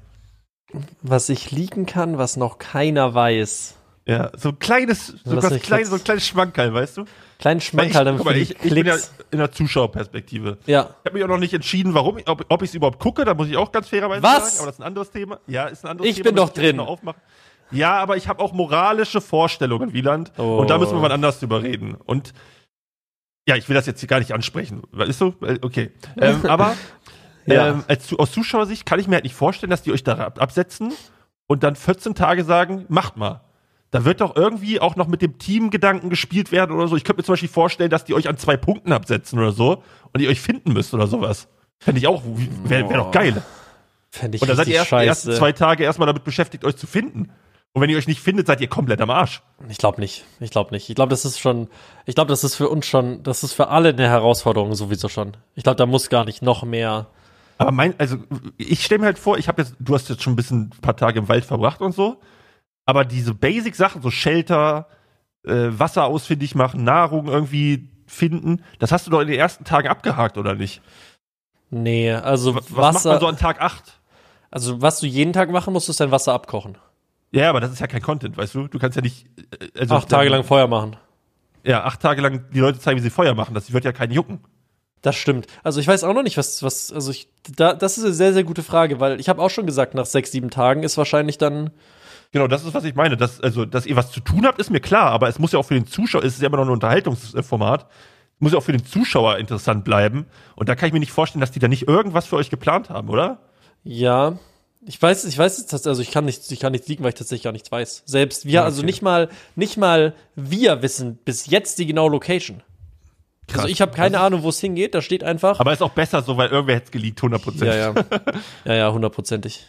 Was ich leaken kann, was noch keiner weiß. Ja, so ein kleines, so, Lass was mich klein, kurz- so ein kleines Schmankerl, weißt du? Kleinen Weil Schmankerl dann guck für mal, die ich, ich bin ja Klicks. in der Zuschauerperspektive. Ja. Ich habe mich auch noch nicht entschieden, warum, ob, ob ich es überhaupt gucke, da muss ich auch ganz fairerweise Was? sagen, aber das ist ein anderes Thema. Ja, ist ein anderes Ich Thema. bin das doch ich jetzt drin. noch aufmache. Ja, aber ich habe auch moralische Vorstellungen, Wieland, Oh. und da müssen wir mal anders drüber reden. Und ja, ich will das jetzt hier gar nicht ansprechen. Ist so? Äh, Okay. Ähm, aber Ja. ähm, als, aus Zuschauersicht kann ich mir halt nicht vorstellen, dass die euch da ab- absetzen und dann vierzehn Tage sagen, macht mal. Da wird doch irgendwie auch noch mit dem Teamgedanken gespielt werden oder so. Ich könnte mir zum Beispiel vorstellen, dass die euch an zwei Punkten absetzen oder so und ihr euch finden müsst oder sowas. Fände ich auch, wäre wär doch geil. Fände ich Und dann seid ihr richtig erst die ersten scheiße. zwei Tage erstmal damit beschäftigt, euch zu finden. Und wenn ihr euch nicht findet, seid ihr komplett am Arsch. Ich glaube nicht. Ich glaube nicht. Ich glaube, das ist schon, ich glaube, das ist für uns schon, das ist für alle eine Herausforderung sowieso schon. Ich glaube, da muss gar nicht noch mehr. Aber mein, also ich stelle mir halt vor, ich habe jetzt, du hast jetzt schon ein bisschen ein paar Tage im Wald verbracht und so, aber diese Basic-Sachen, so Shelter, äh, Wasser ausfindig machen, Nahrung irgendwie finden, das hast du doch in den ersten Tagen abgehakt, oder nicht? Nee, also Was, was macht Wasser, man so an Tag acht? also was du jeden Tag machen musst, ist dein Wasser abkochen. Ja, aber das ist ja kein Content, weißt du? Du kannst ja nicht. äh, Also Acht Tage lang Feuer machen. Ja, acht Tage lang die Leute zeigen, wie sie Feuer machen. Das wird ja keinen jucken. Das stimmt. Also ich weiß auch noch nicht, was, was, also ich, da, das ist eine sehr, sehr gute Frage, weil ich habe auch schon gesagt, nach sechs, sieben Tagen ist wahrscheinlich dann. Genau, das ist, was ich meine. Das, also, dass ihr was zu tun habt, ist mir klar, aber es muss ja auch für den Zuschauer, es ist ja immer noch ein Unterhaltungsformat, muss ja auch für den Zuschauer interessant bleiben. Und da kann ich mir nicht vorstellen, dass die da nicht irgendwas für euch geplant haben, oder? Ja. Ich weiß, ich weiß jetzt, also ich kann nicht, ich kann nichts liegen, weil ich tatsächlich auch nichts weiß. Selbst wir, Ja, okay. also nicht mal, nicht mal wir wissen bis jetzt die genaue Location. Krass. Also ich habe keine Ahnung, wo es hingeht, da steht einfach. Aber ist auch besser so, weil irgendwer hätte es geleakt, hundert Prozent. Ja, ja. Ja, ja, hundertprozentig.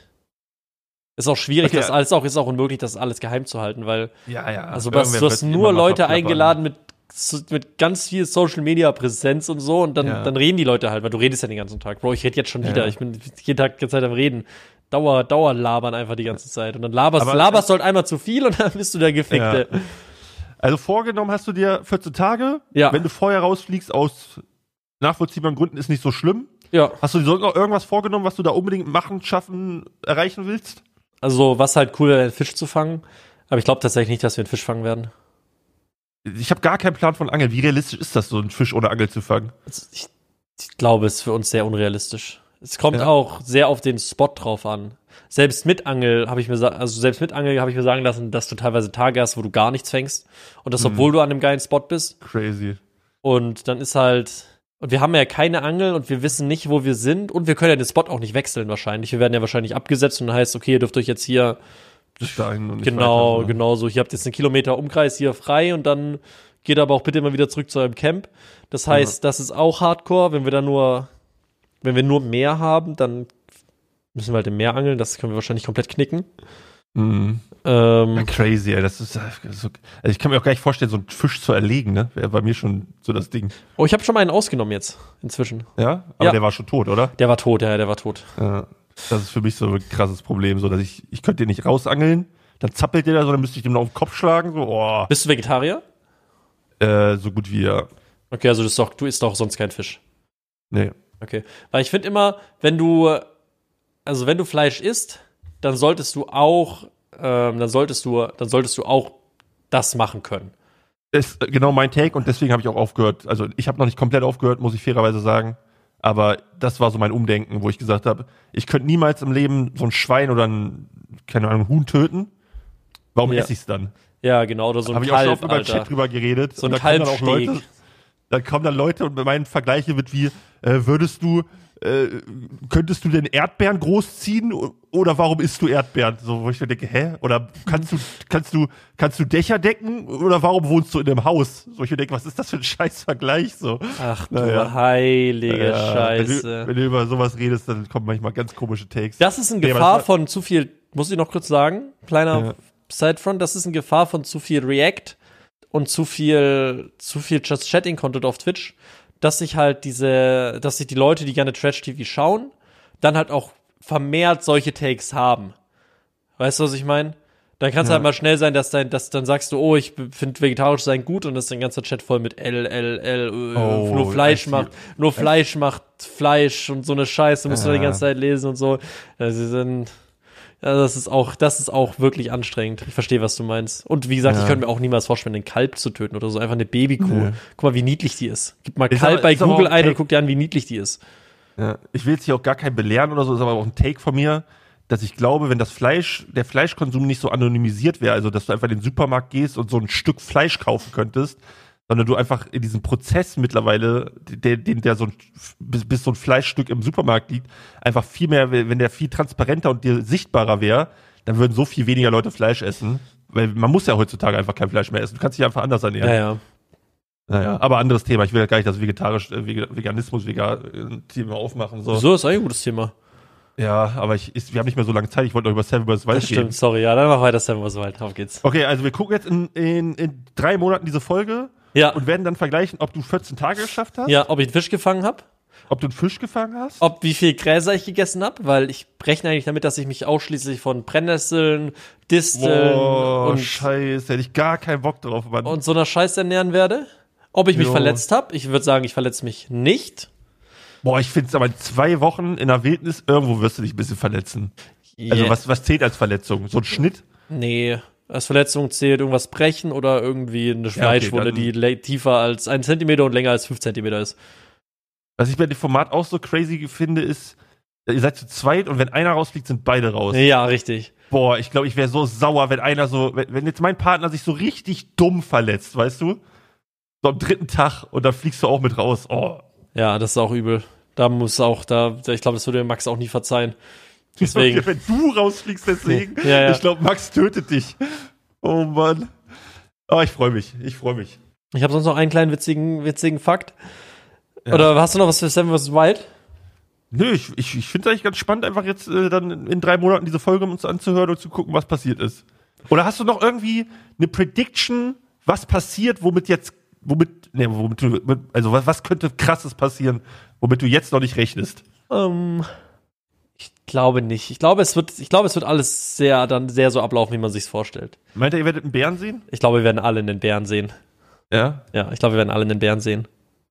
Ist auch schwierig, Okay. das alles auch, ist auch unmöglich, das alles geheim zu halten, weil, Ja, ja. also was, Irgendwer du hast wird nur immer mal Leute verplappern. eingeladen mit, mit ganz viel Social Media Präsenz und so und dann, Ja. dann reden die Leute halt, weil du redest ja den ganzen Tag. Bro, ich rede jetzt schon wieder, Ja. ich bin jeden Tag die ganze Zeit am Reden. Dauer, Dauer labern einfach die ganze Zeit. Und dann laberst, Aber- laberst du halt einmal zu viel und dann bist du der Gefickte. Ja. Also vorgenommen hast du dir vierzehn Tage. Ja. Wenn du vorher rausfliegst, aus nachvollziehbaren Gründen, ist nicht so schlimm. Ja. Hast du dir sonst noch irgendwas vorgenommen, was du da unbedingt machen, schaffen, erreichen willst? Also, was halt cool wäre, einen Fisch zu fangen. Aber ich glaube tatsächlich nicht, dass wir einen Fisch fangen werden. Ich habe gar keinen Plan von Angeln. Wie realistisch ist das, so einen Fisch ohne Angel zu fangen? Also ich, ich glaube, es ist für uns sehr unrealistisch. Es kommt Ja. auch sehr auf den Spot drauf an. Selbst mit Angel habe ich mir sa- also selbst mit Angel habe ich mir sagen lassen, dass du teilweise Tage hast, wo du gar nichts fängst und das, obwohl du an einem geilen Spot bist. Crazy. Und dann ist halt und wir haben ja keine Angel und wir wissen nicht, wo wir sind und wir können ja den Spot auch nicht wechseln wahrscheinlich. Wir werden ja wahrscheinlich abgesetzt und dann heißt, okay, ihr dürft euch jetzt hier Bis dahin und nicht genau, weiter, so. genau so. Ihr habt jetzt einen Kilometer Umkreis hier frei und dann geht aber auch bitte immer wieder zurück zu eurem Camp. Das heißt, das ist auch Hardcore. Wenn wir dann nur, wenn wir nur Meer haben, dann müssen wir halt im Meer angeln. Das können wir wahrscheinlich komplett knicken. Mhm. Ähm, Ja, crazy, ey. Das ist so, also ich kann mir auch gar nicht vorstellen, so einen Fisch zu erlegen, ne? Wäre bei mir schon so das Ding. oh, ich habe schon mal einen ausgenommen jetzt, inzwischen. Ja? Aber Ja. der war schon tot, oder? Der war tot, ja, der war tot. Ja. Das ist für mich so ein krasses Problem, so dass ich, ich könnte den nicht rausangeln, dann zappelt der da so, dann müsste ich dem noch auf den Kopf schlagen, so, oh, Bist du Vegetarier? äh, so gut wie ja. Okay, also das ist doch, du isst doch sonst kein Fisch. Nee. Okay. Weil ich finde immer, wenn du, also wenn du Fleisch isst, dann solltest du auch, ähm, dann solltest du, dann solltest du auch das machen können. Ist genau mein Take und deswegen habe ich auch aufgehört. Also ich habe noch nicht komplett aufgehört, muss ich fairerweise sagen. Aber das war so mein Umdenken, wo ich gesagt habe, ich könnte niemals im Leben so ein Schwein oder ein, keine Ahnung, ein Huhn töten. Warum Ja. esse ich es dann? Ja, genau, oder so ein Habe ich auch schon Kalb, oft über den Alter. Chat drüber geredet. So ein Und da kommen dann auch Kalbsteg. Leute, dann kommen dann Leute und bei meinen Vergleiche wird wie, äh, würdest du, äh, könntest du denn Erdbeeren großziehen o- oder warum isst du Erdbeeren? So, wo ich mir denke, hä? Oder kannst du, kannst du, kannst du Dächer decken oder warum wohnst du in einem Haus? So, ich mir denke, was ist das für ein scheiß Vergleich? So. Ach du Naja. heilige Ja, Scheiße. Wenn du, wenn du über sowas redest, dann kommen manchmal ganz komische Takes. Das ist in Nee, aber Gefahr das war- von zu viel, muss ich noch kurz sagen, kleiner Ja. Sidefront, das ist in Gefahr von zu viel React und zu viel, zu viel Just Chatting Content auf Twitch, dass sich halt diese, dass sich die Leute, die gerne Trash-T V schauen, dann halt auch vermehrt solche Takes haben. Weißt du, was ich meine? Dann kann es Ja. halt mal schnell sein, dass dein, dass dann sagst du, oh, ich finde vegetarisch sein gut und das ist dein ganzer Chat voll mit L, L, L, äh, Oh, nur Fleisch I see. macht, nur Fleisch macht Fleisch und so eine Scheiße, musst du Ja. die ganze Zeit lesen und so. Also sind, ja, das ist auch, das ist auch wirklich anstrengend. Ich verstehe, was du meinst. Und wie gesagt, Ja. ich könnte mir auch niemals vorstellen, einen Kalb zu töten oder so, einfach eine Babykuh. Nee. Guck mal, wie niedlich die ist. Gib mal Ist Kalb aber- bei ist aber Google auch ein und Take- guck dir an, wie niedlich die ist. Ja, ich will jetzt hier auch gar kein belehren oder so, ist aber auch ein Take von mir, dass ich glaube, wenn das Fleisch, der Fleischkonsum nicht so anonymisiert wäre, also dass du einfach in den Supermarkt gehst und so ein Stück Fleisch kaufen könntest, sondern du einfach in diesem Prozess mittlerweile, der, den der so ein, bis, bis so ein Fleischstück im Supermarkt liegt, einfach viel mehr, wenn der viel transparenter und dir sichtbarer wäre, dann würden so viel weniger Leute Fleisch essen. Weil man muss ja heutzutage einfach kein Fleisch mehr essen. Du kannst dich einfach anders ernähren. Ja, ja. Naja, aber anderes Thema. Ich will ja gar nicht das vegetarisch, äh, Vega- Veganismus, vegan Thema aufmachen. So. So ist eigentlich ein gutes Thema. Ja, aber ich, ist, wir haben nicht mehr so lange Zeit. Ich wollte noch über Seven vs. Wild Das stimmt, reden. sorry. Ja, dann mach weiter, Sam, was weit. Auf geht's. Okay, also wir gucken jetzt in, in, in drei Monaten diese Folge Ja. und werden dann vergleichen, ob du vierzehn Tage geschafft hast, Ja, ob ich einen Fisch gefangen habe, ob du einen Fisch gefangen hast. ob wie viel Gräser ich gegessen habe, weil ich rechne eigentlich damit, dass ich mich ausschließlich von Brennnesseln, Disteln Boah, und, scheiße, hätte ich gar keinen Bock drauf, Mann. und so einer Scheiße ernähren werde. Ob ich mich Jo. verletzt habe, ich würde sagen, ich verletze mich nicht. Boah, ich finde es aber in zwei Wochen in der Wildnis, irgendwo wirst du dich ein bisschen verletzen. Also Yeah. was, was zählt als Verletzung? So ein Schnitt? Nee, als Verletzung zählt irgendwas brechen oder irgendwie eine okay, Fleischwunde, dann- die le- tiefer als ein Zentimeter und länger als fünf Zentimeter ist. Was ich bei dem Format auch so crazy finde, ist, ihr seid zu zweit und wenn einer rausfliegt, sind beide raus. Ja, richtig. Boah, ich glaube, ich wäre so sauer, wenn einer so, wenn, wenn jetzt mein Partner sich so richtig dumm verletzt, weißt du? So am dritten Tag und dann fliegst du auch mit raus. Oh. Ja, das ist auch übel. Da muss auch, da, ich glaube, das würde Max auch nie verzeihen. Deswegen. Wenn du rausfliegst, deswegen. Ja, ja. Ich glaube, Max tötet dich. Oh Mann. Oh, ich freue mich. Ich freue mich. Ich habe sonst noch einen kleinen witzigen, witzigen Fakt. Ja. Oder hast du noch was für Seven versus. Wild? Nö, ich, ich, ich finde es eigentlich ganz spannend, einfach jetzt äh, dann in drei Monaten diese Folge uns anzuhören und zu gucken, was passiert ist. Oder hast du noch irgendwie eine Prediction, was passiert, womit jetzt, womit, ne, womit du, also was, was könnte krasses passieren, womit du jetzt noch nicht rechnest? Ähm, ich glaube nicht. Ich glaube, es wird, ich glaube, es wird alles sehr, dann sehr so ablaufen, wie man sich's vorstellt. Meint ihr, ihr werdet einen Bären sehen? Ich glaube, wir werden alle einen Bären sehen. Ja? Ja, ich glaube, wir werden alle einen Bären sehen.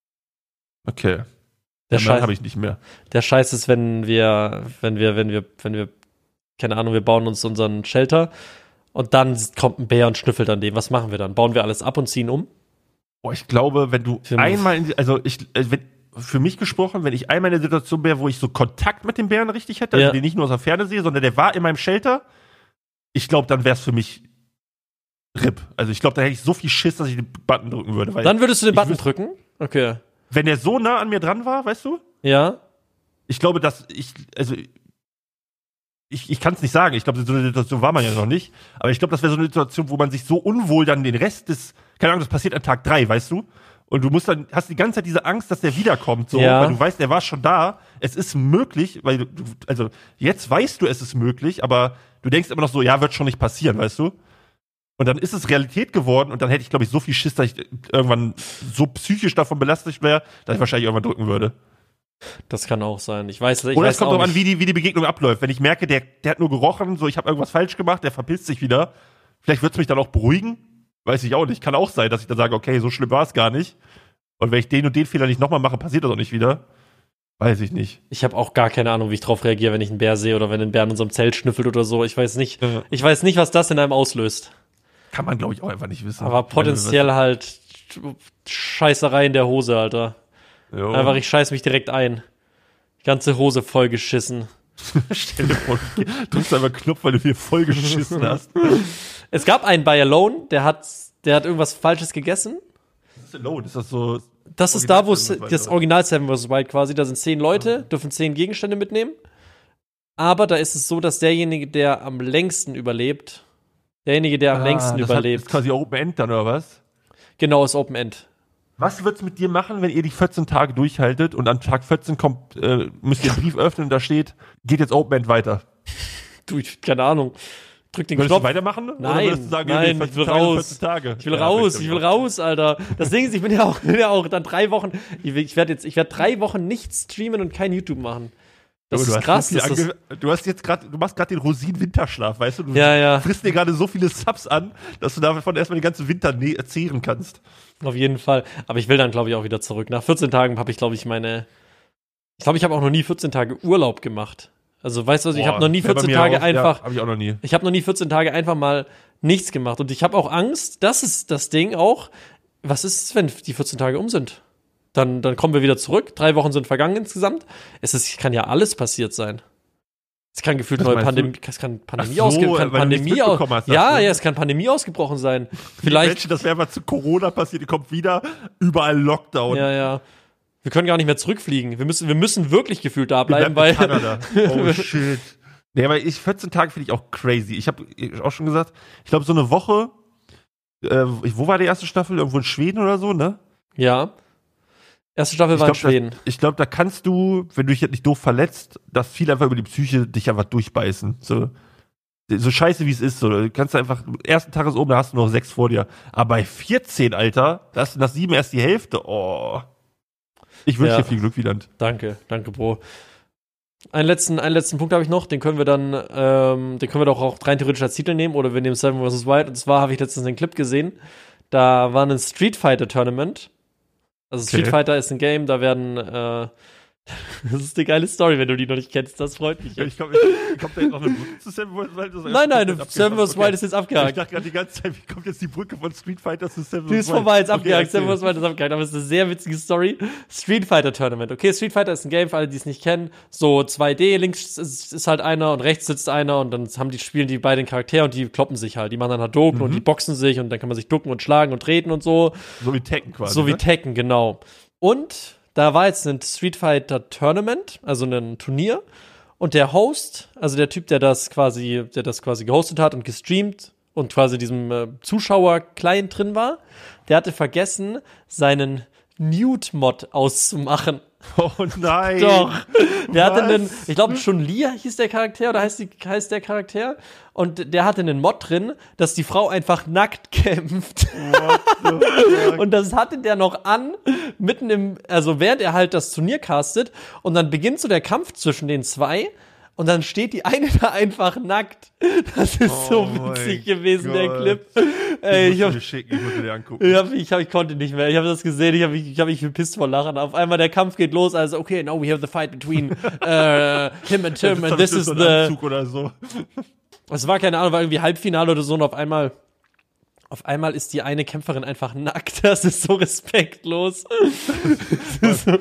Okay. Der ja, Scheiß habe ich nicht mehr. Der Scheiß ist, wenn wir, wenn wir, wenn wir, wenn wir, keine Ahnung, wir bauen uns unseren Shelter und dann kommt ein Bär und schnüffelt an dem. Was machen wir dann? Bauen wir alles ab und ziehen um? Boah, ich glaube, wenn du Für einmal, in die, also ich, äh, wenn, für mich gesprochen, wenn ich einmal in der Situation wäre, wo ich so Kontakt mit dem Bären richtig hätte, also Ja. den nicht nur aus der Ferne sehe, sondern der war in meinem Shelter, ich glaube, dann wäre es für mich R I P. Also ich glaube, da hätte ich so viel Schiss, dass ich den Button drücken würde. Weil Dann würdest du den ich Button wüs- drücken? Okay. Wenn der so nah an mir dran war, weißt du? Ja. Ich glaube, dass ich, also ich, ich kann es nicht sagen. Ich glaube, so eine Situation war man ja noch nicht. Aber ich glaube, das wäre so eine Situation, wo man sich so unwohl dann den Rest des, keine Ahnung, das passiert an Tag drei, weißt du? Und du musst dann, hast die ganze Zeit diese Angst, dass der wiederkommt, so, Ja. weil du weißt, der war schon da. Es ist möglich, weil du, also jetzt weißt du, es ist möglich, aber du denkst immer noch so, ja, wird schon nicht passieren, weißt du? Und dann ist es Realität geworden und dann hätte ich, glaube ich, so viel Schiss, dass ich irgendwann so psychisch davon belastet wäre, dass ich wahrscheinlich irgendwann drücken würde. Das kann auch sein. Ich weiß, ich Oder weiß es kommt auch drauf an, nicht. wie die, wie die Begegnung abläuft. Wenn ich merke, der, der hat nur gerochen, so ich habe irgendwas falsch gemacht, der verpisst sich wieder. Vielleicht wird es mich dann auch beruhigen. Weiß ich auch nicht. Kann auch sein, dass ich dann sage, okay, so schlimm war es gar nicht. Und wenn ich den und den Fehler nicht nochmal mache, passiert das auch nicht wieder. Weiß ich nicht. Ich habe auch gar keine Ahnung, wie ich drauf reagiere, wenn ich einen Bär sehe oder wenn ein Bär in unserem Zelt schnüffelt oder so. Ich weiß nicht. Ja. Ich weiß nicht, was das in einem auslöst. Kann man, glaube ich, auch einfach nicht wissen. Aber potenziell halt Scheißerei in der Hose, Alter. Jo. Einfach, ich scheiß mich direkt ein. Die ganze Hose vollgeschissen. Stell dir vor, du drückst einfach einen Knopf, weil du dir voll geschissen hast. Es gab einen bei Alone, der hat, der hat irgendwas Falsches gegessen. Das ist Alone, ist das so. Das ist da, wo es Original das Original Seven versus. Wild quasi, da sind zehn Leute, dürfen zehn Gegenstände mitnehmen. Aber da ist es so, dass derjenige, der am längsten überlebt, derjenige, der am Ah, längsten das überlebt, Hat, ist quasi Open End dann, oder was? genau, ist Open End. Was wird's mit dir machen, wenn ihr die vierzehn Tage durchhaltet und an Tag vierzehn kommt, äh, müsst ihr einen Brief öffnen und da steht, geht jetzt Open End weiter? Du, ich, keine Ahnung. Drück den Würdest Knopf. du weitermachen? Oder Nein, würdest du sagen, nein, nee, ich will vierzehn Tage, raus. vierzehn Tage? Ich will Ja, raus, vielleicht ich will auch. raus, Alter. Das Ding ist, ich bin ja auch, bin ja auch dann drei Wochen, ich, ich werde jetzt, ich werde drei Wochen nicht streamen und kein YouTube machen. Das Aber ist du krass. Hast so Das viel ist, ange- du hast jetzt gerade, du machst gerade den Rosinen-Winterschlaf, weißt du? Du Ja, ja. frisst dir gerade so viele Subs an, dass du davon erstmal den ganzen Winter ne- zehren kannst. auf jeden Fall. Aber ich will dann, glaube ich, auch wieder zurück. Nach vierzehn Tagen habe ich, glaube ich, meine, ich glaube, ich habe auch noch nie vierzehn Tage Urlaub gemacht. Also, weißt du, was, ich habe noch nie Boah, vierzehn bei mir Tage auch. einfach, Ja, hab ich auch noch nie. ich habe noch nie vierzehn Tage einfach mal nichts gemacht. Und ich habe auch Angst, das ist das Ding auch, was ist, wenn die vierzehn Tage um sind? Dann, dann kommen wir wieder zurück. Drei Wochen sind vergangen insgesamt. Es ist, kann ja alles passiert sein. Es kann gefühlt Was neue meinst Pandemie, du? es kann Pandemie Ach so, ausge, kann weil du nichts Pandemie aus, mitbekommen hast, ja, sagst du? ja, es kann Pandemie ausgebrochen sein. Vielleicht. Vielleicht, Menschen, das wäre mal zu Corona passiert, die kommt wieder, überall Lockdown. ja, ja. Wir können gar nicht mehr zurückfliegen. Wir müssen, wir müssen wirklich gefühlt da Wir bleiben, bleiben weil, in Kanada. Oh shit. Nee, aber ich, vierzehn Tage finde ich auch crazy. Ich habe auch schon gesagt, ich glaube, so eine Woche, äh, wo war die erste Staffel? Irgendwo in Schweden oder so, ne? ja. Erste Staffel Ich war in glaub, Schweden. Das, ich glaube, da kannst du, wenn du dich jetzt nicht doof verletzt, das viel einfach über die Psyche dich einfach durchbeißen. So, so scheiße wie es ist. So. Du kannst einfach, ersten Tag ist oben, da hast du noch sechs vor dir. Aber bei vierzehn, Alter, da hast du nach sieben erst die Hälfte. Oh. Ich wünsche Ja. dir viel Glück, Wieland. Danke, danke, Bro. Einen letzten, einen letzten Punkt habe ich noch, den können wir dann, ähm, den können wir doch auch rein theoretisch als Titel nehmen oder wir nehmen Seven versus. Wild. Und zwar habe ich letztens einen Clip gesehen, da war ein Street Fighter Tournament. Also Street Okay. Fighter ist ein Game, da werden äh, Das ist eine geile Story, wenn du die noch nicht kennst. Das freut mich. Ja, ich glaube, kommt da jetzt noch eine Brücke zu Seven vs. Wild? Nein, nein, Seven vs. Wild ist jetzt abgehakt. Ich dachte gerade die ganze Zeit, wie kommt jetzt die Brücke von Street Fighter zu Seven vs. Wild? Die ist vorbei, jetzt abgehakt. Seven vs. Wild ist abgehakt, aber es ist eine sehr witzige Story. Street Fighter Tournament. Okay, Street Fighter ist ein Game für alle, die es nicht kennen. So zwei D, links ist, ist halt einer und rechts sitzt einer und dann haben die, spielen die beiden Charaktere und die kloppen sich halt. Die machen dann Hadouken mhm. und die boxen sich und dann kann man sich ducken und schlagen und treten und so. So wie Tekken quasi. So wie ne? Tekken, genau. Und da war jetzt ein Street Fighter Tournament, also ein Turnier. Und der Host, also der Typ, der das quasi, der das quasi gehostet hat und gestreamt und quasi diesem äh, Zuschauer-Client drin war, der hatte vergessen, seinen Nude-Mod auszumachen. Oh nein. Doch. Der Was? hatte einen, ich glaube, schon Lia hieß der Charakter oder heißt, die, heißt der Charakter. Und der hatte einen Mod drin, dass die Frau einfach nackt kämpft. What the fuck? Und das hatte der noch an, mitten im, also während er halt das Turnier castet. Und dann beginnt so der Kampf zwischen den zwei. Und dann steht die eine da einfach nackt. Das ist Oh so mein witzig gewesen, der Gott. Clip. Ey, ich, ich, hab, mir schicken, ich muss mir den angucken. ich, hab, ich, hab, ich konnte nicht mehr. Ich habe das gesehen, ich habe mich, ich hab mich gepisst vor Lachen. Auf einmal der Kampf geht los, also okay, now we have the fight between uh, him and Tim and this is so ein the... Anzug oder so. Es war keine Ahnung, war irgendwie Halbfinale oder so und auf einmal... Auf einmal ist die eine Kämpferin einfach nackt. Das ist so respektlos. Das ist so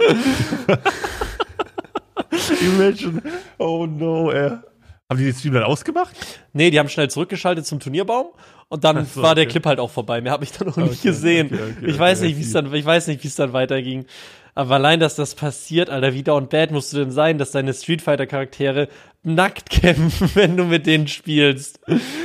Imagine. Oh no, ey. Haben die den Stream dann ausgemacht? Nee, die haben schnell zurückgeschaltet zum Turnierbaum und dann so, war der okay. Clip halt auch vorbei. Mehr habe ich dann noch Okay, nicht gesehen. okay, okay, ich weiß okay, nicht, wie es dann, ich weiß nicht, wie es dann weiterging. Aber allein, dass das passiert, Alter, wie down bad musst du denn sein, dass deine Street Fighter Charaktere nackt kämpfen, wenn du mit denen spielst.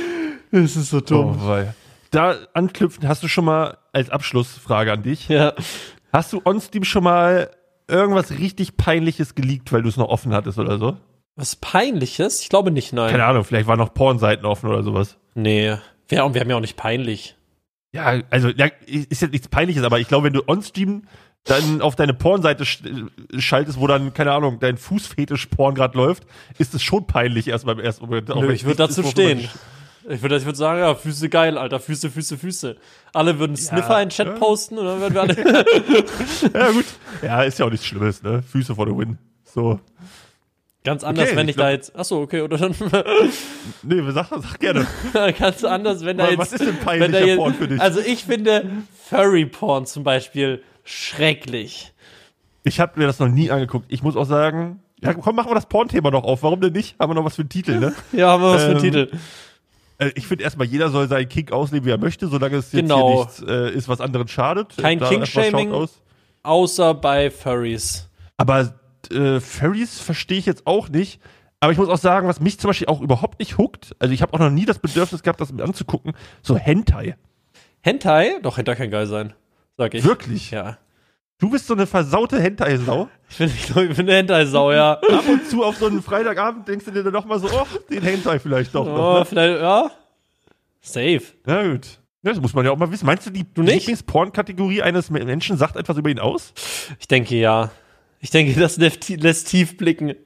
Das ist so dumm. Oh, wei. Da anknüpfen, hast du schon mal als Abschlussfrage an dich, Ja. hast du on Steam schon mal irgendwas richtig Peinliches geleakt, weil du es noch offen hattest oder so? Was Peinliches? Ich glaube nicht, nein. Keine Ahnung, vielleicht waren noch Pornseiten offen oder sowas. Nee. Wir, wir haben ja auch nicht peinlich. Ja, also ja, ist jetzt nichts Peinliches, aber ich glaube, wenn du on Stream dann auf deine Pornseite sch- schaltest, wo dann, keine Ahnung, dein Fußfetisch-Porn gerade läuft, ist es schon peinlich erst beim ersten Moment. Auch Nö, wenn ich es würde nichts dazu ist, wo man- stehen. Ich würde ich würd sagen, ja, Füße geil, Alter. Füße, Füße, Füße. Alle würden Sniffer Ja, in den Chat ja. posten und dann würden wir alle. Ja, gut. Ja, ist ja auch nichts Schlimmes, ne? Füße for the win. So. Ganz anders, Okay, wenn ich ich glaub- da jetzt. Achso, okay, oder dann. Nee, sag, sag gerne. Ganz anders, wenn da jetzt. Was ist denn wenn da peinlicher jetzt, Porn für dich? Also ich finde Furry-Porn zum Beispiel schrecklich. Ich habe mir das noch nie angeguckt. Ich muss auch sagen, ja, komm, machen wir das Porn-Thema noch auf. Warum denn nicht? Haben wir noch was für einen Titel, ne? Ja, haben wir was für einen Ähm, Titel. Äh, Ich finde erstmal, jeder soll seinen Kick ausleben, wie er möchte, solange es jetzt Genau. hier nichts äh, ist, was anderen schadet. Kein Da erstmal King-Shaming. schaut aus. Außer bei Furries. Aber äh, Furries verstehe ich jetzt auch nicht. Aber ich muss auch sagen, was mich zum Beispiel auch überhaupt nicht huckt, also ich habe auch noch nie das Bedürfnis gehabt, das mir anzugucken, so Hentai. Hentai? Doch, Hentai kann geil sein. Sag ich. Wirklich? Ja. Du bist so eine versaute Hentai-Sau. Ich bin, ich glaube, ich bin eine Hentai-Sau, ja. Ab und zu auf so einen Freitagabend denkst du dir dann doch mal so, oh, den Hentai vielleicht doch noch. Oh, Ne? vielleicht, ja. Safe. Na gut. Ja, das muss man ja auch mal wissen. Meinst du, die Du nicht? Lieblingsporn-Kategorie eines Menschen sagt etwas über ihn aus? Ich denke ja. Ich denke, das lässt, lässt tief blicken.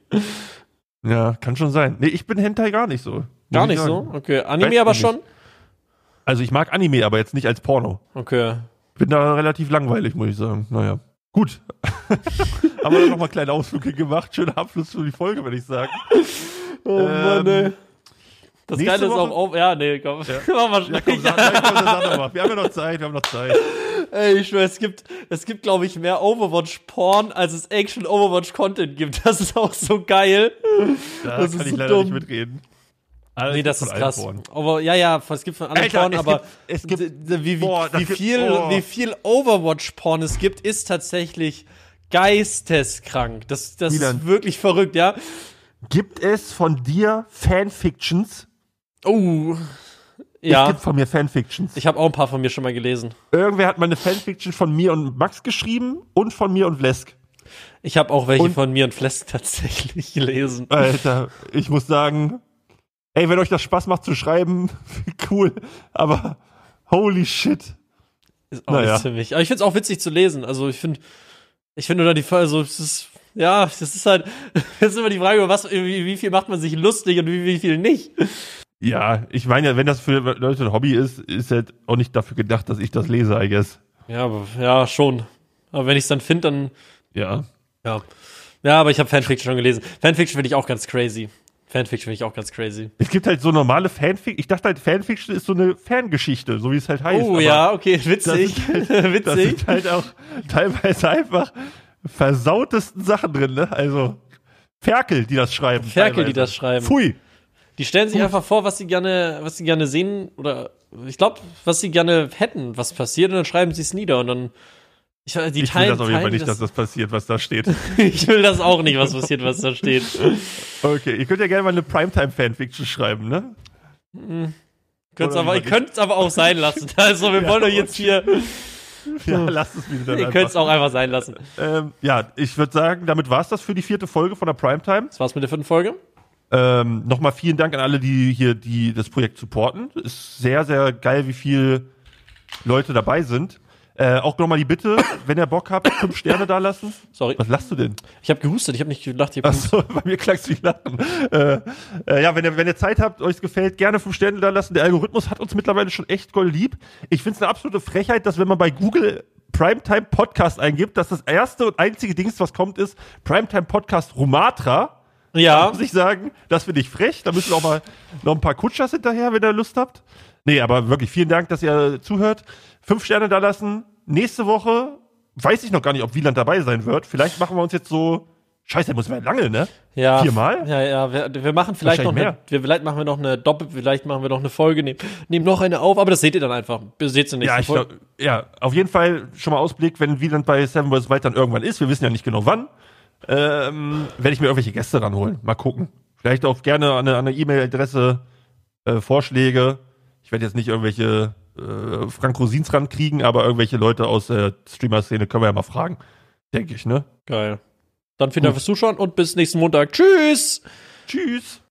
Ja, kann schon sein. Nee, ich bin Hentai gar nicht so. muss Gar ich nicht sagen. so? Okay. Anime Weiß aber ich schon? Also ich mag Anime, aber jetzt nicht als Porno. Okay. Bin da relativ langweilig, muss ich sagen. Naja. Gut. Haben wir da nochmal einen kleinen Ausflug gemacht. Schöner Abschluss für die Folge, würde ich sagen. Oh Mann, Ähm, ey. Das nächste Geile ist auch, Woche- oh, ja, nee, komm. Ja. Machen wir Ja, komm, schnell. sag, sag, komm, sag doch mal. Wir haben ja noch Zeit, wir haben noch Zeit. Ey, ich schwör, es gibt, es gibt, glaube ich, mehr Overwatch-Porn, als es Action Overwatch-Content gibt. Das ist auch so geil. Da Das kann ist ich so leider dumm. nicht mitreden. Aber Nee, es das gibt ist von krass. allen Porn. Aber ja, ja, es gibt von allen Alter, Porn, es aber gibt- es gibt- d- d- wie, wie, Boah, das wie, gibt- viel, oh. wie viel Overwatch-Porn es gibt, ist tatsächlich geisteskrank. Das, das Wie denn? ist wirklich verrückt, ja. Gibt es von dir Fanfictions? Oh, Es ja. gibt von mir Fanfictions. Ich habe auch ein paar von mir schon mal gelesen. Irgendwer hat mal eine Fanfiction von mir und Max geschrieben und von mir und Vlesk. Ich habe auch welche Und- von mir und Flesk tatsächlich gelesen. Alter, ich muss sagen, ey, wenn euch das Spaß macht zu schreiben, cool, aber holy shit. Ist auch Naja. nichts für mich. Aber ich find's auch witzig zu lesen. Also ich finde, ich finde oder die also es ist, ja, das ist halt, das ist immer die Frage, über was, wie, wie viel macht man sich lustig und wie, wie viel nicht. Ja, ich meine ja, wenn das für Leute ein Hobby ist, ist halt auch nicht dafür gedacht, dass ich das lese, I guess. Ja, aber, ja, schon. Aber wenn ich's dann finde, dann, Ja. ja. Ja, aber ich habe Fanfiction schon gelesen. Fanfiction finde ich auch ganz crazy. Fanfiction finde ich auch ganz crazy. Es gibt halt so normale Fanfiction. Ich dachte halt, Fanfiction ist so eine Fangeschichte, so wie es halt heißt. Oh ja, okay, witzig. Da sind halt, witzig. Da sind halt auch teilweise einfach versautesten Sachen drin, ne? Also Ferkel, die das schreiben. Ferkel, teilweise. die das schreiben. Pfui. Die stellen sich Gut. einfach vor, was sie gerne, was sie gerne sehen oder ich glaube, was sie gerne hätten, was passiert und dann schreiben sie es nieder und dann ich, die Ich will teilen, das auf jeden Fall teilen nicht, das, dass das passiert, was da steht. ich will das auch nicht, was passiert, was da steht. Okay, ihr könnt ja gerne mal eine Primetime-Fanfiction schreiben, ne? Könnt's Oder aber, wie ihr man könnt es aber auch sein lassen. Also wir Ja, wollen doch jetzt hier, Ja, lasst es wieder dann ihr könnt es einfach. auch einfach sein lassen. Ähm, ja, ich würde sagen, damit war's das für die vierte Folge von der Primetime. Das war's mit der vierten Folge. Ähm, Nochmal vielen Dank an alle, die hier die das Projekt supporten. Ist sehr, sehr geil, wie viele Leute dabei sind. Äh, auch nochmal die Bitte, wenn ihr Bock habt, fünf Sterne da lassen. Sorry. Was lachst du denn? Ich habe gehustet, ich habe nicht gelacht. Ich hab Achso, bei mir klang's wie Lachen. Äh, äh, ja, wenn ihr, wenn ihr Zeit habt, euch gefällt, gerne fünf Sterne da lassen. Der Algorithmus hat uns mittlerweile schon echt doll lieb. Ich find's eine absolute Frechheit, dass wenn man bei Google Primetime Podcast eingibt, dass das erste und einzige Dings, was kommt, ist Primetime Podcast Rumatra. Da ja, muss ich sagen, das finde ich frech. Da müssen auch mal noch ein paar Kutschers hinterher, wenn ihr Lust habt. Nee, aber wirklich vielen Dank, dass ihr zuhört. Fünf Sterne da lassen. Nächste Woche weiß ich noch gar nicht, ob Wieland dabei sein wird. Vielleicht machen wir uns jetzt so. Scheiße, der muss ja lange, ne? ja. Viermal? Ja, ja, wir, wir machen vielleicht noch Wahrscheinlich eine, wir, vielleicht machen wir noch eine Doppel, vielleicht machen wir noch eine Folge, nehmen, nehmen noch eine auf, aber das seht ihr dann einfach. Ihr seht's in der Ja, nächsten ich Folge. glaub, ja, auf jeden Fall schon mal Ausblick, wenn Wieland bei Seven vs. Wild dann irgendwann ist. Wir wissen ja nicht genau wann. Ähm, werde ich mir irgendwelche Gäste ranholen. Mal gucken. Vielleicht auch gerne an eine, an eine E-Mail-Adresse äh, Vorschläge. Ich werde jetzt nicht irgendwelche äh, Frank Rosins rankriegen, aber irgendwelche Leute aus der Streamer-Szene können wir ja mal fragen. Denke ich, ne? Geil. Dann vielen Dank fürs Zuschauen und bis nächsten Montag. Tschüss! Tschüss!